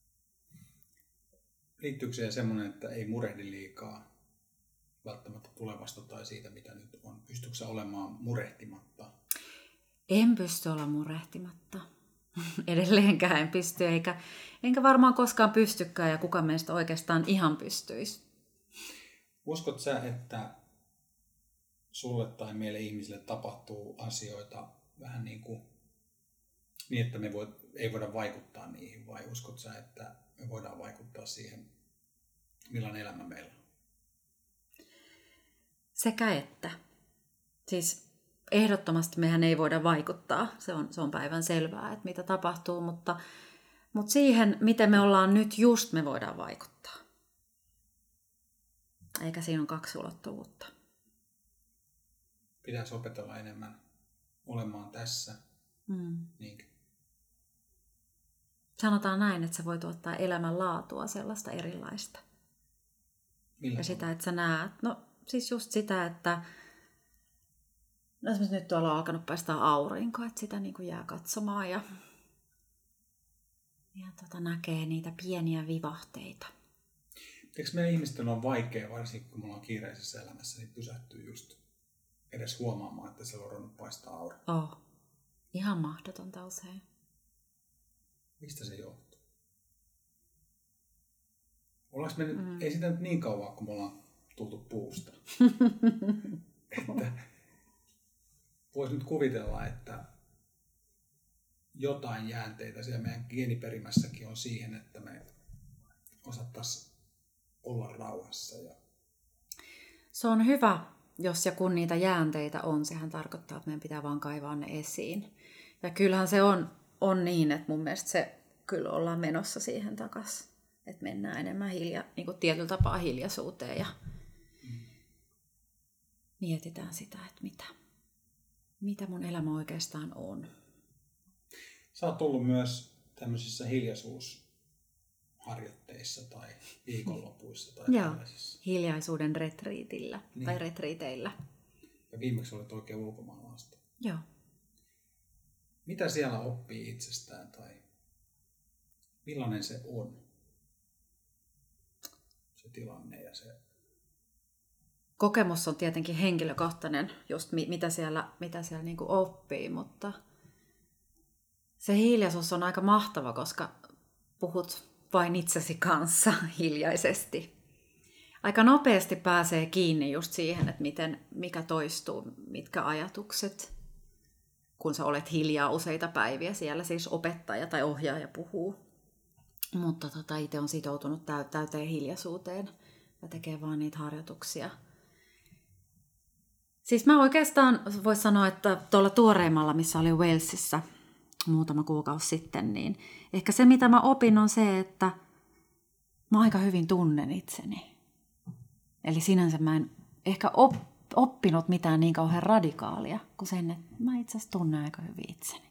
Liittyykö siihen semmoinen, että ei murehdi liikaa välttämättä tulevasta tai siitä, mitä nyt on? Pystyykö sä olemaan murehtimatta? En pysty olla murehtimatta. Edelleenkään en pysty, eikä, enkä varmaan koskaan pystykään, ja kukaan meistä oikeastaan ihan pystyisi. Uskot sä, että sulle tai meille ihmisille tapahtuu asioita vähän niin kuin niin, että me voi, ei voida vaikuttaa niihin, vai uskot sä, että me voidaan vaikuttaa siihen, millainen elämä meillä on? Sekä että. Siis ehdottomasti mehän ei voida vaikuttaa, se on, se on päivän selvää, että mitä tapahtuu, mutta, mutta siihen, miten me ollaan nyt just, me voidaan vaikuttaa. Eikä siinä on kaksi ulottuvuutta. Pitäisi opetella enemmän olemaan tässä. Mm. Niinkö? Sanotaan näin, että se voi tuottaa elämänlaatua sellaista erilaista. Millä ja on? sitä, että sä näet. No siis just sitä, että no, esimerkiksi nyt tuolla on alkanut paistaa aurinko, että sitä niin kuin jää katsomaan ja, ja tota, näkee niitä pieniä vivahteita. Eikö meidän ihmisten on vaikea, varsinkin kun me ollaan kiireisessä elämässä, niin pysähtyy just edes huomaamaan, että siellä on ruvennut paistaa aurinko? Oh. Ihan mahdotonta usein. Mistä se johtuu? Ollaanko me nyt, Mm. ei sitä nyt niin kauan, kun me ollaan tultu puusta. Että voisi nyt kuvitella, että jotain jäänteitä siellä meidän geeniperimässäkin on siihen, että me osattaisiin olla rauhassa. Ja Se on hyvä, jos ja kun niitä jäänteitä on. Sehän tarkoittaa, että meidän pitää vaan kaivaa ne esiin. Ja kyllähän se on, on niin, että mun mielestä se kyllä ollaan menossa siihen takaisin. Että mennään enemmän hilja, niin kuin tietyllä tapaa hiljaisuuteen ja mm. mietitään sitä, että mitä, mitä mun elämä oikeastaan on. Sä oot tullut myös tämmöisissä hiljaisuusharjoitteissa tai viikonlopuissa tai Joo, tällaisissa. hiljaisuuden retriitillä niin. tai retriiteillä. Ja viimeksi olet oikein ulkomailla asti. Joo. Mitä siellä oppii itsestään tai millainen se on? Se tilanne ja se kokemus on tietenkin henkilökohtainen, just mitä siellä, mitä siellä niin kuin oppii, mutta se hiljaisuus on aika mahtava, koska puhut vain itsesi kanssa hiljaisesti. Aika nopeasti pääsee kiinni just siihen, että miten, mikä toistuu, mitkä ajatukset, kun sä olet hiljaa useita päiviä. Siellä siis opettaja tai ohjaaja puhuu, mutta tota, itse on sitoutunut täyteen hiljaisuuteen ja tekee vaan niitä harjoituksia. Siis mä oikeastaan voisin sanoa, että tuolla tuoreimmalla, missä oli Walesissa muutama kuukausi sitten, niin ehkä se, mitä mä opin, on se, että mä aika hyvin tunnen itseni. Eli sinänsä mä en ehkä op, oppinut mitään niin kauhean radikaalia, kuin sen, että mä itse asiassa tunnen aika hyvin itseni.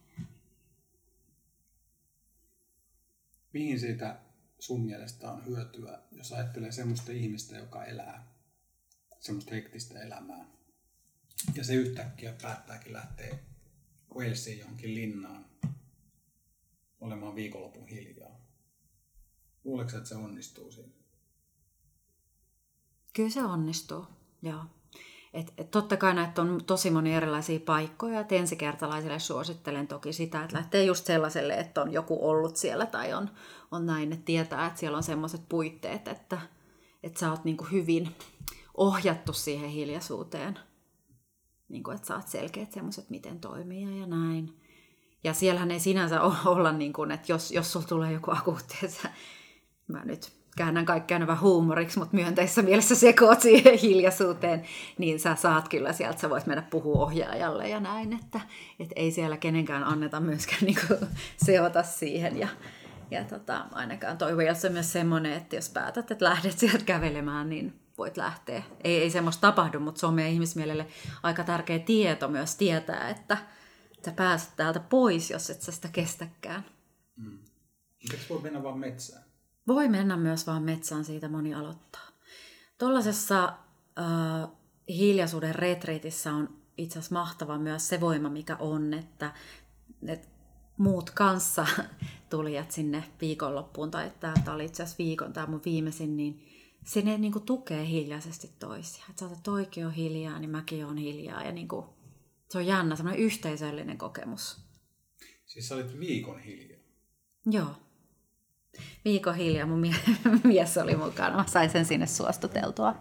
Mihin siitä sun mielestä on hyötyä, jos ajattelee semmoista ihmistä, joka elää semmoista hektistä elämää, ja se yhtäkkiä päättääkin lähteä Walesiin johonkin linnaan olemaan viikonlopun hiljaa? Luuletko, että se onnistuu siinä? Kyllä se onnistuu, joo. Et, et totta kai näitä on tosi monia erilaisia paikkoja, että ensikertalaisille suosittelen toki sitä, että lähtee just sellaiselle, että on joku ollut siellä tai on, on näin, että tietää, että siellä on semmoiset puitteet, että, että sä oot niinku hyvin ohjattu siihen hiljaisuuteen, niinku, että sä oot selkeät semmoiset, miten toimii ja näin. Ja siellähän ei sinänsä olla, niin kuin, että jos, jos sulla tulee joku akuutti, että mä nyt käännän kaikkea aina vähän huumoriksi, mutta myönteisessä mielessä sekoot siihen hiljaisuuteen, niin sä saat kyllä sieltä, sä voit mennä puhua ohjaajalle ja näin, että et ei siellä kenenkään anneta myöskään niin kuin seota siihen. Ja, ja tota, ainakaan toi Wales on myös semmoinen, että jos päätät, että lähdet sieltä kävelemään, niin voit lähteä. Ei, ei semmoista tapahdu, mutta se on meidän ihmismielelle aika tärkeä tieto myös tietää, että sä pääset täältä pois, jos et sä sitä kestäkään. Mm. Eikö voi mennä vaan metsään? Voi mennä myös vaan metsään, siitä moni aloittaa. Tuollaisessa äh, hiljaisuuden retriitissä on itse asiassa mahtava myös se voima, mikä on, että, että muut kanssa tulijat sinne viikonloppuun, tai tämä oli itse asiassa viikon, tämä mun viimeisin, niin se ne niin kuin tukee hiljaisesti toisia. Että sä oot, toikin on hiljaa, niin mäkin on hiljaa. Ja niin kuin, se on jännä, semmoinen yhteisöllinen kokemus. Siis sä olit viikon hiljaa? Joo. Viikon hiljaa mun mie- mies oli mukana. Mä sain sen sinne suostuteltua.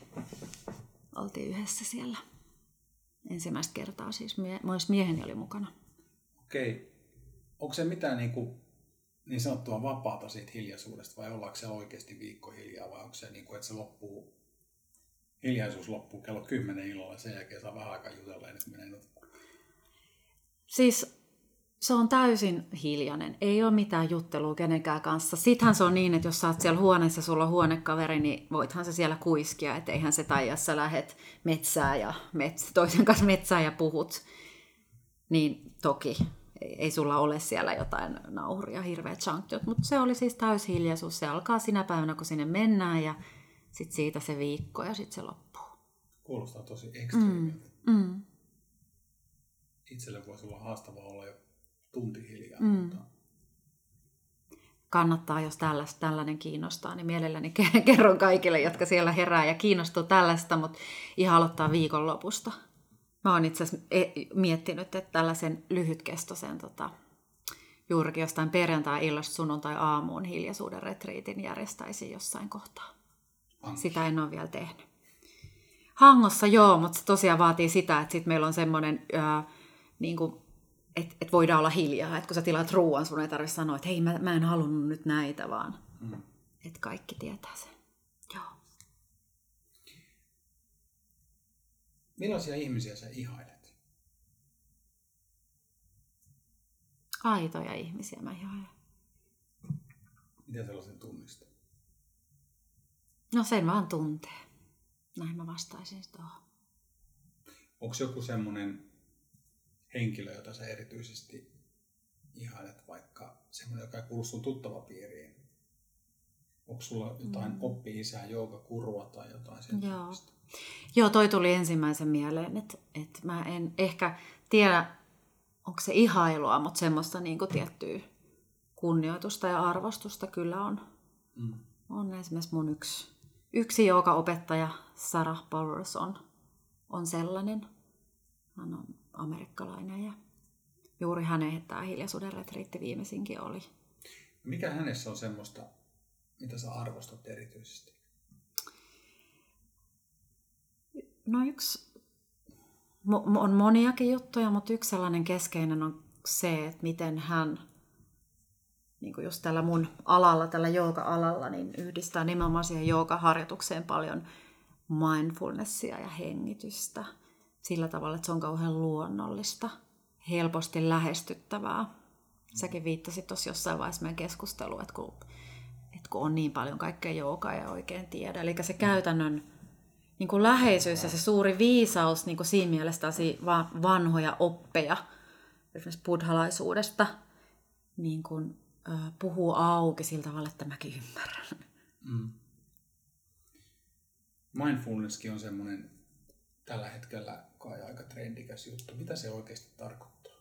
Oltiin yhdessä siellä. Ensimmäistä kertaa siis mie- myös mieheni oli mukana. Okei. Onko se mitään niin, kuin, niin sanottua vapaata siitä hiljaisuudesta vai ollaanko se oikeasti viikko hiljaa vai onko se niin kuin, että se loppuu, hiljaisuus loppuu kello kymmenen illalla ja sen jälkeen saa vähän aikaa jutella ja nyt menee nukkumaan? Siis se on täysin hiljainen. Ei ole mitään juttelua kenenkään kanssa. Sittenhän se on niin, että jos sä oot siellä huoneessa ja sulla on huonekaveri, niin voithan se siellä kuiskia. Että eihän se taida, jos sä lähet metsään ja mets, toisen kanssa metsään ja puhut. Niin toki ei sulla ole siellä jotain nauhuria, hirveät sanktiot. Mutta se oli siis täyshiljaisuus. Se alkaa sinä päivänä, kun sinne mennään ja sitten siitä se viikko ja sitten se loppuu. Kuulostaa tosi ekstriimiltä. Mm. Mm. Itselle voisi olla haastavaa olla jo tunti hiljaa. Mm. Mutta kannattaa, jos tällaista, tällainen kiinnostaa, niin mielelläni kerron kaikille, jotka siellä herää ja kiinnostuu tällaista, mutta ihan aloittaa viikonlopusta. Mä oon itse asiassa miettinyt, että tällaisen lyhytkestoisen tota, juurikin jostain perjantai-illasta sunnuntai-aamuun hiljaisuuden retriitin järjestäisin jossain kohtaa. Hangossa. Sitä en ole vielä tehnyt. Hangossa joo, mutta se tosiaan vaatii sitä, että sit meillä on semmoinen, ää, niin kuin, että et voidaan olla hiljaa. Että kun sä tilaat ruoan, sun ei tarvitse sanoa, että hei, mä, mä en halunnut nyt näitä, vaan mm. että kaikki tietää sen. Joo. Millaisia ihmisiä sä ihailet? Aitoja ihmisiä mä ihailen. Miten sellaisen tunnistaa? No sen vaan tuntee. Näin mä vastaisin tuohon. Onko joku semmoinen henkilö, jota sä erityisesti ihailet, vaikka semmoinen, joka ei kuulu sun tuttavapiiriin? Onko sulla jotain mm. oppi-isää, joogakurua tai jotain sen Joo. tyyppistä? Joo, toi tuli ensimmäisen mieleen, että, että mä en ehkä tiedä, onko se ihailua, mutta semmoista niin kuin tiettyä kunnioitusta ja arvostusta kyllä on. Mm. On esimerkiksi mun yksi, yksi joogaopettaja, Sarah Powers, on, on sellainen. Hän on amerikkalainen ja juuri hänen tämä hiljaisuuden retriitti viimeisinkin oli. Mikä hänessä on semmoista, mitä sä arvostat erityisesti? No yksi, on moniakin juttuja, mutta yksi sellainen keskeinen on se, että miten hän, niin kuin just tällä mun alalla, tällä jooga-alalla, niin yhdistää nimenomaan siihen joogaharjoitukseen paljon mindfulnessia ja hengitystä. Sillä tavalla, että se on kauhean luonnollista, helposti lähestyttävää. Säkin viittasit tuossa jossain vaiheessa meidän keskusteluun, että kun, että kun on niin paljon kaikkea joogaa ja oikein tiedä. Eli se käytännön niin kuin läheisyys ja se suuri viisaus niin kuin siinä mielessä vanhoja oppeja, esimerkiksi buddhalaisuudesta, niin kuin, äh, puhuu auki sillä tavalla, että mäkin ymmärrän. Mm. Mindfulnesskin on semmoinen tällä hetkellä kai aika trendikäs juttu. Mitä se oikeasti tarkoittaa?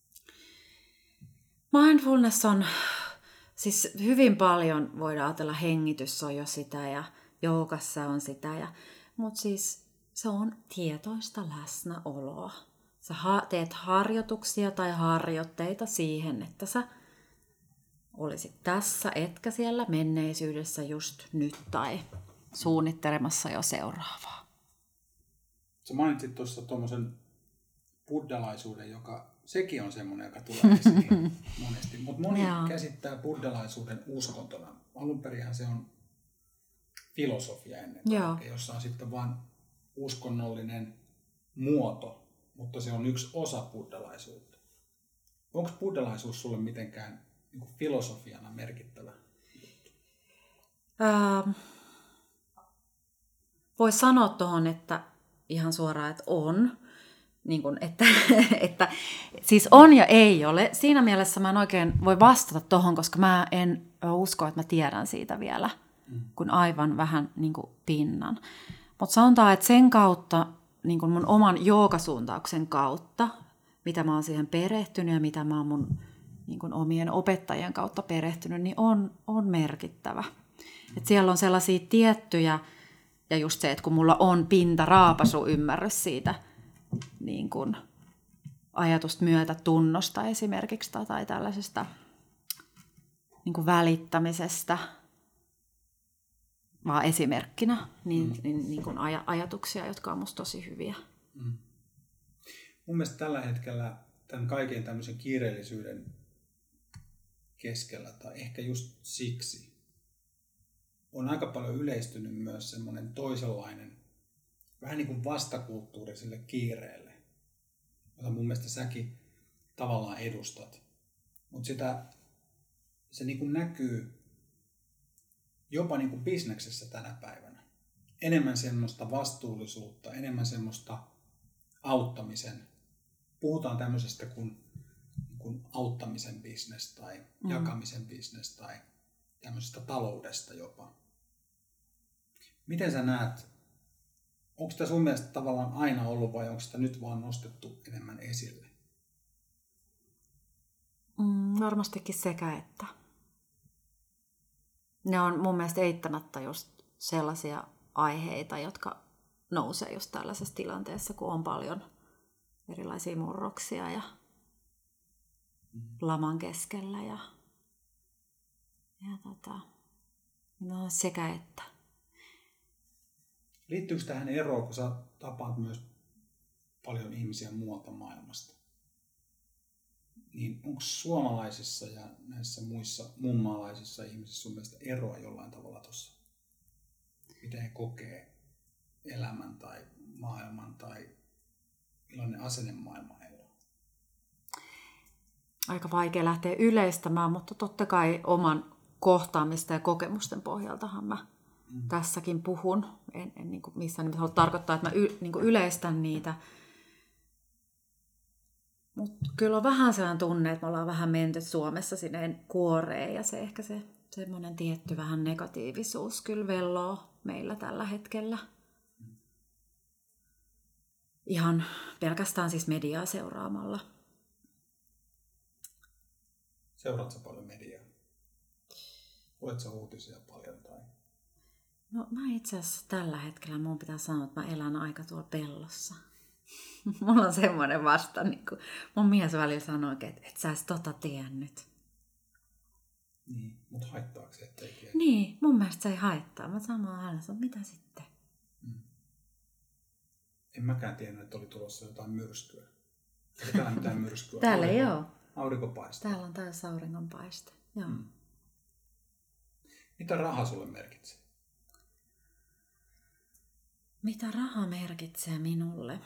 Mindfulness on, siis hyvin paljon voidaan ajatella, hengitys on jo sitä ja joogassa on sitä. Ja, mutta siis se on tietoista läsnäoloa. Sä ha- teet harjoituksia tai harjoitteita siihen, että sä olisit tässä, etkä siellä menneisyydessä just nyt tai suunnittelemassa jo seuraavaa. Sä mainitsit tuossa tuommoisen buddhalaisuuden, joka sekin on semmoinen, joka tulee esiin monesti. Mutta moni Jaa. käsittää buddhalaisuuden uskontona. Alun perinhän se on filosofia ennen kaikkea, jossa on sitten vain uskonnollinen muoto, mutta se on yksi osa buddhalaisuutta. Onko buddhalaisuus sulle mitenkään niin kuin filosofiana merkittävä? Ähm, Voisi sanoa tuohon, että ihan suoraan, että on. Niin kuin, että, että, siis on ja ei ole. Siinä mielessä mä en oikein voi vastata tuohon, koska mä en usko, että mä tiedän siitä vielä, mm. kun aivan vähän niin kuin pinnan. Mutta sanotaan, että sen kautta, niin kuin mun oman joogasuuntauksen kautta, mitä mä oon siihen perehtynyt ja mitä mä oon mun niin kuin omien opettajien kautta perehtynyt, niin on, on merkittävä. Mm. Et siellä on sellaisia tiettyjä, ja just se, että kun mulla on pintaraapasu ymmärrys siitä, niin kuin ajatusta myötä tunnosta esimerkiksi tai tällaisesta niin kuin välittämisestä, vaan esimerkkinä, niin, mm. niin, niin kuin aj- ajatuksia, jotka on musta tosi hyviä. Mm. Mun mielestä tällä hetkellä tämän kaiken tämmöisen kiireellisyyden keskellä, tai ehkä just siksi, on aika paljon yleistynyt myös semmoinen toisenlainen, vähän niin kuin vastakulttuuri sille kiireelle, jota mun mielestä säkin tavallaan edustat. Mutta sitä, se niin kuin näkyy jopa niin kuin bisneksessä tänä päivänä. Enemmän semmoista vastuullisuutta, enemmän semmoista auttamisen. Puhutaan tämmöisestä kuin, kuin auttamisen bisnes tai mm. jakamisen bisnes tai tämmöisestä taloudesta jopa. Miten sä näet, onko tämä sun mielestä tavallaan aina ollut vai onko sitä nyt vaan nostettu enemmän esille? Mm, varmastikin sekä että. Ne on mun mielestä eittämättä just sellaisia aiheita, jotka nousee just tällaisessa tilanteessa, kun on paljon erilaisia murroksia ja mm. laman keskellä. Ja, ja tota, no sekä että. Liittyykö tähän eroon, kun sä tapaat myös paljon ihmisiä muualta maailmasta? Niin onko suomalaisissa ja näissä muissa muunmaalaisissa ihmisissä sun mielestä eroa jollain tavalla tuossa? Miten he kokee elämän tai maailman tai millainen asenne maailma heillä on? Aika vaikea lähteä yleistämään, mutta totta kai oman kohtaamista ja kokemusten pohjaltahan mä mm. tässäkin puhun. En, en niin kuin missään nimessä halua tarkoittaa, että mä y, niin kuin yleistän niitä. Mutta kyllä on vähän sellainen tunne, että me ollaan vähän menty Suomessa sinne kuoreen ja se ehkä se semmoinen tietty vähän negatiivisuus kyllä velloo meillä tällä hetkellä. Ihan pelkästään siis mediaa seuraamalla. Seuraatko paljon mediaa? Luetko uutisia paljon? Tai? No mä itse asiassa tällä hetkellä mun pitää sanoa, että mä elän aika tuolla pellossa. Mulla on semmoinen vasta, niin kuin mun mies välillä sanoo, että et sä edes tota tiennyt. Niin, mutta haittaako se, ettei tiedä? Niin, mun mielestä se ei haittaa. Mä sanon aina, että mitä sitten? Mm. En mäkään tiennyt, että oli tulossa jotain myrskyä. Ei täällä mitään myrskyä. Täällä ei Aurinko, ole. Aurinkopaiste. Täällä on taas auringonpaiste. Joo. Mm. Mitä raha sulle merkitsee? Mitä raha merkitsee minulle?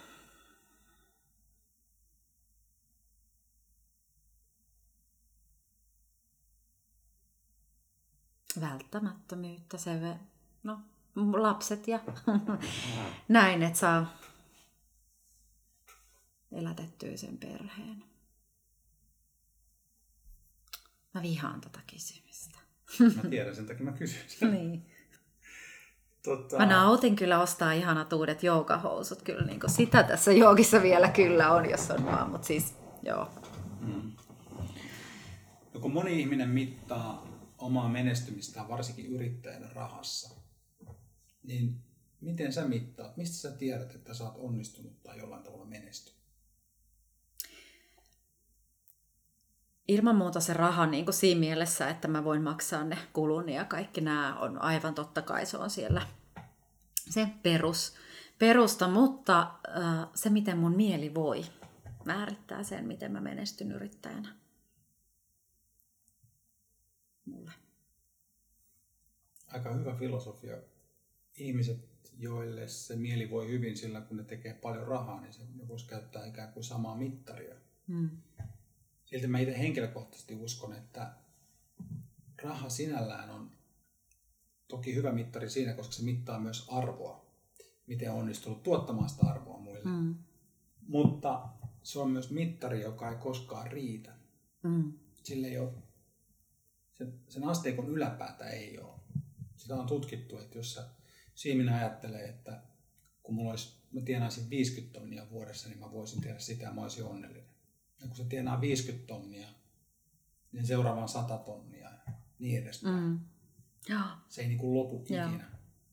Välttämättömyyttä, se, no, lapset ja näin, että saa elätettyä sen perheen. Mä vihaan tätä kysymystä. Mä tiedän, sen takia mä kysyn sen. Niin. Tota... Mä nautin kyllä ostaa ihanat uudet joogahousut. Kyllä niin sitä tässä joogissa vielä kyllä on, jos on vaan, mutta siis joo. Mm. No, kun moni ihminen mittaa omaa menestymistään, varsinkin yrittäjänä rahassa, niin miten sä mittaat? Mistä sä tiedät, että sä oot onnistunut tai jollain tavalla menestynyt? Ilman muuta se raha niin kuin siinä mielessä, että mä voin maksaa ne kuluni ja kaikki nämä on aivan totta kai, se on siellä se perus, perusta, mutta äh, se miten mun mieli voi määrittää sen, miten mä menestyn yrittäjänä. Mulle. Aika hyvä filosofia. Ihmiset, joille se mieli voi hyvin sillä, kun ne tekee paljon rahaa, niin se voisi käyttää ikään kuin samaa mittaria. Mm. Silti mä itse henkilökohtaisesti uskon, että raha sinällään on toki hyvä mittari siinä, koska se mittaa myös arvoa. Miten on onnistunut tuottamaan sitä arvoa muille. Mm. Mutta se on myös mittari, joka ei koskaan riitä. Mm. Sillä ei ole, sen, sen asteikon yläpäätä ei ole. Sitä on tutkittu, että jos sä Siiminen ajattelee, että kun mulla olisi, mä tienaisin viisikymmentä tonnia vuodessa, niin mä voisin tehdä sitä ja mä olisin onnellinen. Ja kun se tienaa viisikymmentä tonnia, niin seuraavaan sata tonnia ja niin edespäin. Mm. Ja. Se ei niin kuin lopu ja. Ikinä.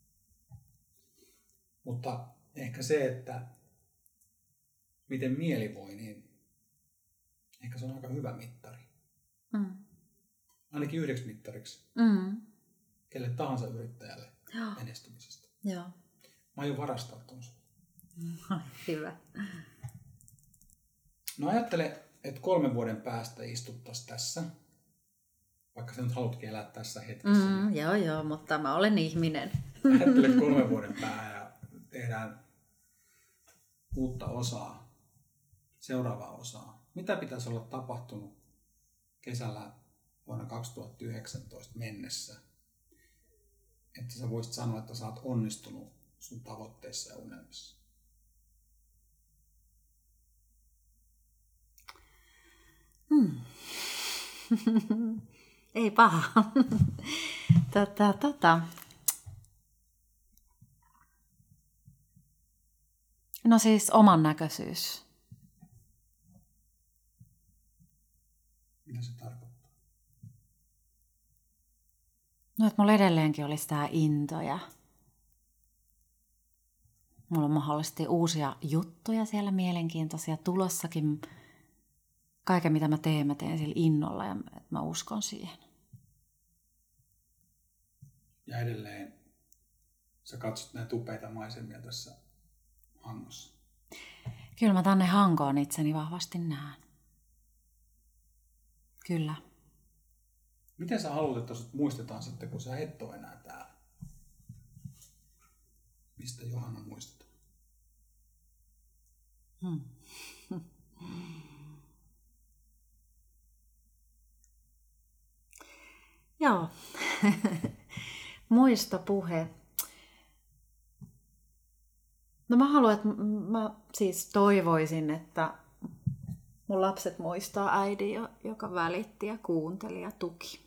Mutta ehkä se, että miten mieli voi, niin ehkä se on aika hyvä mittari. Mm. Ainakin yhdeksi mittariksi. Mm. Kelle tahansa yrittäjälle ja. Menestymisestä. Ja. Mä aion varastaa tuon sun. Hyvä. No ajattele, että kolmen vuoden päästä istuttaisiin tässä. Vaikka sä nyt halutkin elää tässä hetkessä. Mm, niin. Joo, joo, mutta mä olen ihminen. Ajattele kolmen vuoden päähän ja tehdään uutta osaa, seuraavaa osaa. Mitä pitäisi olla tapahtunut kesällä vuonna kaksituhattayhdeksäntoista mennessä, että sä voisit sanoa, että sä oot onnistunut sun tavoitteissa ja unelmissa? Hmm. Ei paha. tota, tota. No siis oman näköisyys. Mitä se tarkoittaa? No, että mulla edelleenkin olisi tää into ja mulla on mahdollisesti uusia juttuja siellä mielenkiintoisia tulossakin. Kaiken mitä mä teen, mä teen sillä innolla ja mä uskon siihen. Ja edelleen sä katsot näitä upeita maisemia tässä Hangossa. Kyllä mä tänne Hankoon itseni vahvasti näen. Kyllä. Miten sä haluat, että sut muistetaan sitten, kun sä et ole enää täällä? Mistä Johanna muistetaan? Hmm. Joo. Muistopuhe. No mä haluan, että mä siis toivoisin, että mun lapset muistaa äidin, joka välitti ja kuunteli ja tuki.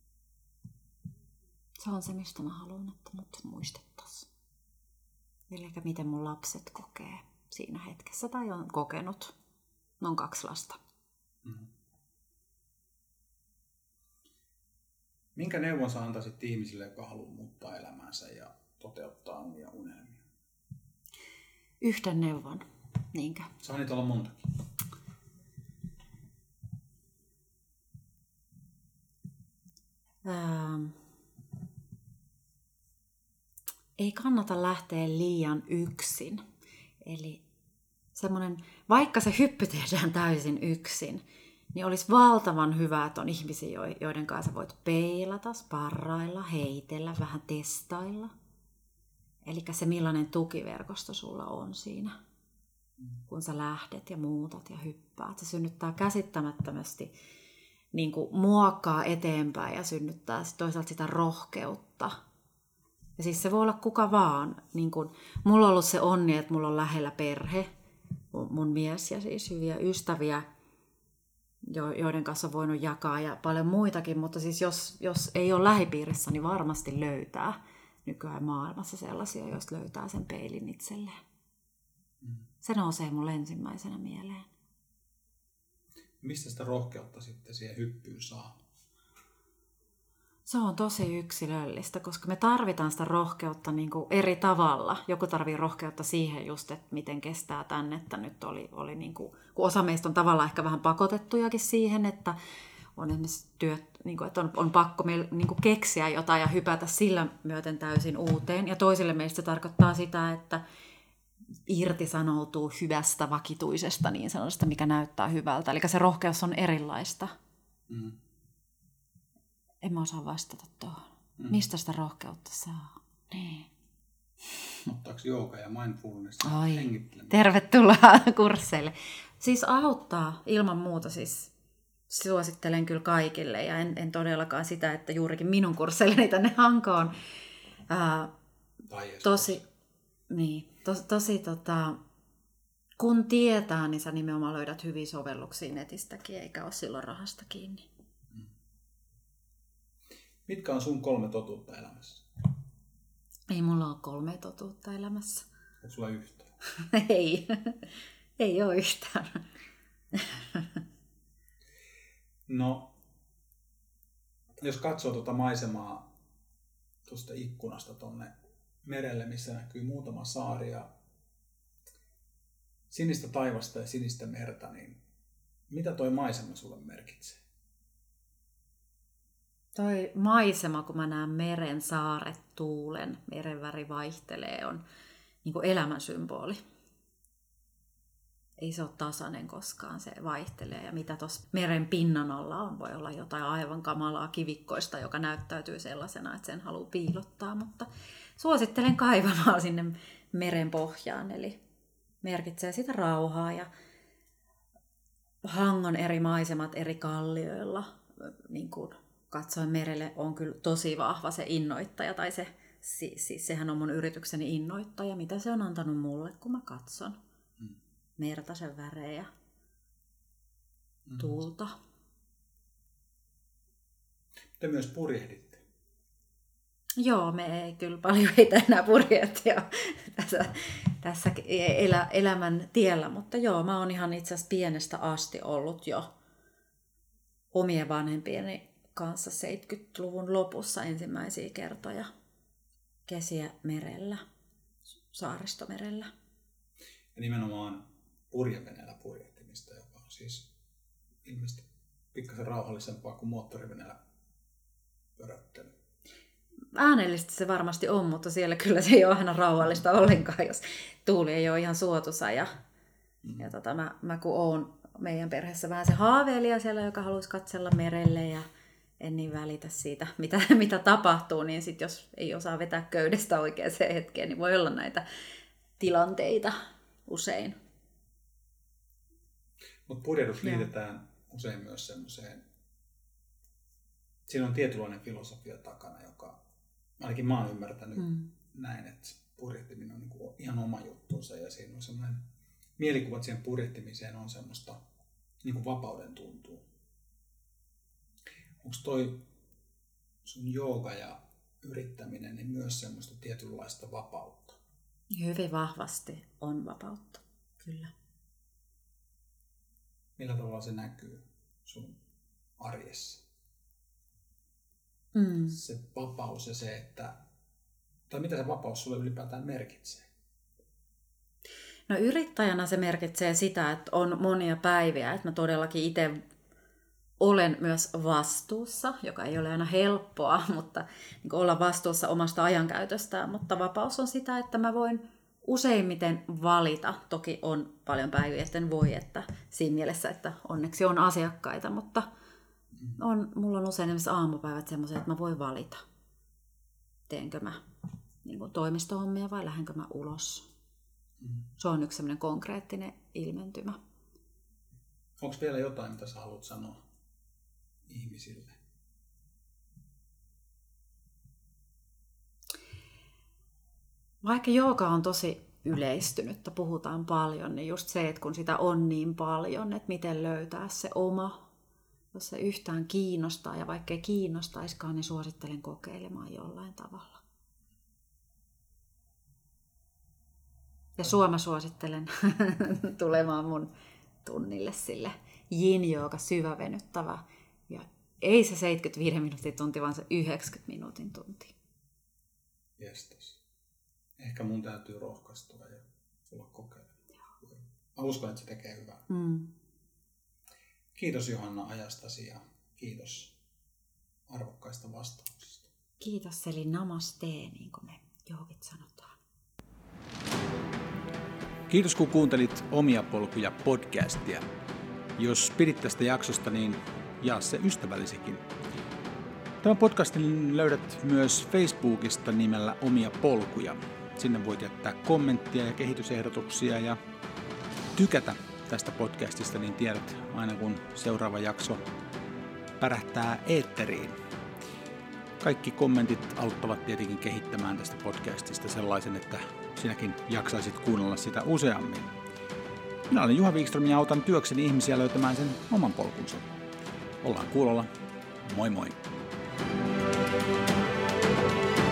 Se on se, mistä mä haluan, että mut muistettaisiin. Eli miten mun lapset kokee siinä hetkessä tai on kokenut. Ne on kaksi lasta. Mm. Minkä neuvon sä antaisit ihmisille, jotka haluaa muuttaa elämäänsä ja toteuttaa omia unelmia? Yhden neuvon, niinkö? Saa niitä olla montakin. Ähm. Ei kannata lähteä liian yksin. Eli semmoinen, vaikka se hyppy tehdään täysin yksin, niin olisi valtavan hyvä, että on ihmisiä, joiden kanssa voit peilata, sparrailla, heitellä, vähän testailla. Eli se millainen tukiverkosto sulla on siinä, kun sä lähdet ja muutat ja hyppäät. Se synnyttää käsittämättömästi, niin kuin muokkaa eteenpäin ja synnyttää toisaalta sitä rohkeutta. Ja siis se voi olla kuka vaan. Niin kuin, mulla on ollut se onni, että mulla on lähellä perhe, mun mies ja siis hyviä ystäviä, joiden kanssa on voinut jakaa ja paljon muitakin, mutta siis jos, jos ei ole lähipiirissä, niin varmasti löytää nykyään maailmassa sellaisia, joista löytää sen peilin itselleen. Mm. Se nousee mulle ensimmäisenä mieleen. Mistä sitä rohkeutta sitten siihen hyppyyn saa? Se on tosi yksilöllistä, koska me tarvitaan sitä rohkeutta niin kuin eri tavalla. Joku tarvitsee rohkeutta siihen just, että miten kestää tänne, että nyt oli, oli niin kuin, kun osa meistä on tavallaan ehkä vähän pakotettujakin siihen, että on esimerkiksi työt, niin kuin, että on, on pakko meillä niin kuin keksiä jotain ja hypätä sillä myöten täysin uuteen. Ja toisille meistä se tarkoittaa sitä, että irtisanoutuu hyvästä vakituisesta niin sanotusta, mikä näyttää hyvältä. Eli se rohkeus on erilaista. Mm. En mä osaa vastata tuohon. Mm. Mistä sitä rohkeutta saa? Niin. Ottaako jooga ja mindfulness hengittelemään? Tervetuloa kursseille. Siis auttaa ilman muuta. Siis suosittelen kyllä kaikille ja en, en todellakaan sitä, että juurikin minun kursseilleni tänne Hankoon. Ää, tosi, niin, tos, tosi tota, kun tietää, niin sä nimenomaan löydät hyviä sovelluksia netistäkin, eikä ole silloin rahasta kiinni. Mitkä on sun kolme totuutta elämässä? Ei mulla ole kolme totuutta elämässä. Onko sulla yhtään? Ei, ei ole yhtään. No, jos katsoo tuota maisemaa tuosta ikkunasta tuonne merelle, missä näkyy muutama saari ja sinistä taivasta ja sinistä merta, niin mitä toi maisema sulle merkitsee? Toi maisema, kun mä näen meren, saaret, tuulen, meren väri vaihtelee, on niin kuin elämän symboli. Ei se ole tasainen koskaan, se vaihtelee. Ja mitä tuossa meren pinnan alla on, voi olla jotain aivan kamalaa kivikkoista, joka näyttäytyy sellaisena, että sen haluaa piilottaa. Mutta suosittelen kaivamaan sinne meren pohjaan, eli merkitsee sitä rauhaa ja Hangon eri maisemat eri kallioilla, niin kuin katsoen merelle on kyllä tosi vahva se innoittaja, tai se, siis sehän on mun yritykseni innoittaja, mitä se on antanut mulle, kun mä katson mm. merta, sen värejä, mm. tuulta. Te myös purjehditte. Joo, me ei kyllä paljon heitä enää purjehtia tässä, tässä elä, elämän tiellä, mutta joo, mä oon ihan itse asiassa pienestä asti ollut jo omien vanhempieni kanssa seitsemänkymmentäluvun lopussa ensimmäisiä kertoja kesiä merellä, saaristomerellä. Ja nimenomaan purjeveneellä purjehtimista, joka on siis ilmeisesti pikkasen rauhallisempaa kuin moottoriveneellä pöröttely. Äänellisesti se varmasti on, mutta siellä kyllä se ei ole aina rauhallista ollenkaan, jos tuuli ei ole ihan suotuisa. Ja, mm. ja tota, mä, mä kun oon meidän perheessä vähän se haaveilija siellä, joka haluaisi katsella merelle ja en niin välitä siitä, mitä, mitä tapahtuu, niin sit jos ei osaa vetää köydestä oikeaan hetkeen, niin voi olla näitä tilanteita usein. Mutta purjehdus liitetään usein myös semmoiseen, siinä on tietynlainen filosofia takana, joka ainakin mä oon ymmärtänyt mm. näin, että purjehtiminen on niinku ihan oma juttunsa ja siinä on semmoinen mielikuva, että siihen purjehtimiseen on semmoista niinku vapauden tuntua. Onko toi sun jooga ja yrittäminen niin myös semmoista tietynlaista vapautta? Hyvin vahvasti on vapautta, kyllä. Millä tavalla se näkyy sun arjessa? Mm. Se vapaus ja se, että... Tai mitä se vapaus sulle ylipäätään merkitsee? No yrittäjänä se merkitsee sitä, että on monia päiviä, että mä todellakin itse olen myös vastuussa, joka ei ole aina helppoa, mutta niin kuin olla vastuussa omasta ajankäytöstään, mutta vapaus on sitä, että mä voin useimmiten valita. Toki on paljon päiviä, etten voi, että siinä mielessä, että onneksi on asiakkaita, mutta on, mulla on usein esimerkiksi aamupäivät semmoisia, että mä voin valita. Teenkö mä niin kuin toimistohommia vai lähdenkö mä ulos. Se on yksi semmoinen konkreettinen ilmentymä. Onko vielä jotain, mitä sä haluat sanoa ihmisille? Vaikka jooga on tosi yleistynyttä, puhutaan paljon, niin just se, että kun sitä on niin paljon, että miten löytää se oma, jos se yhtään kiinnostaa ja vaikka ei kiinnostaiskaan, niin suosittelen kokeilemaan jollain tavalla. Ja sua mä suosittelen tulemaan mun tunnille sille yin-jooga syvävenyttävä ja ei se seitsemänkymmentäviisi minuutin tunti, vaan se yhdeksänkymmentä minuutin tunti. Jestas. Ehkä mun täytyy rohkaistua ja tulla kokeilemaan. Mä uskon, että se tekee hyvää. Mm. Kiitos Johanna ajastasi ja kiitos arvokkaista vastauksista. Kiitos, eli namaste, niin kuin me joogit sanotaan. Kiitos kun kuuntelit Omia polkuja podcastia. Jos pidit tästä jaksosta, niin jaa se ystävällisikin. Tämän podcastin löydät myös Facebookista nimellä Omia polkuja. Sinne voit jättää kommenttia ja kehitysehdotuksia ja tykätä tästä podcastista, niin tiedät aina kun seuraava jakso pärähtää eetteriin. Kaikki kommentit auttavat tietenkin kehittämään tästä podcastista sellaisen, että sinäkin jaksaisit kuunnella sitä useammin. Minä olen Juha Wikström ja autan työkseni ihmisiä löytämään sen oman polkunsa. Ollaan kuulolla. Moi moi!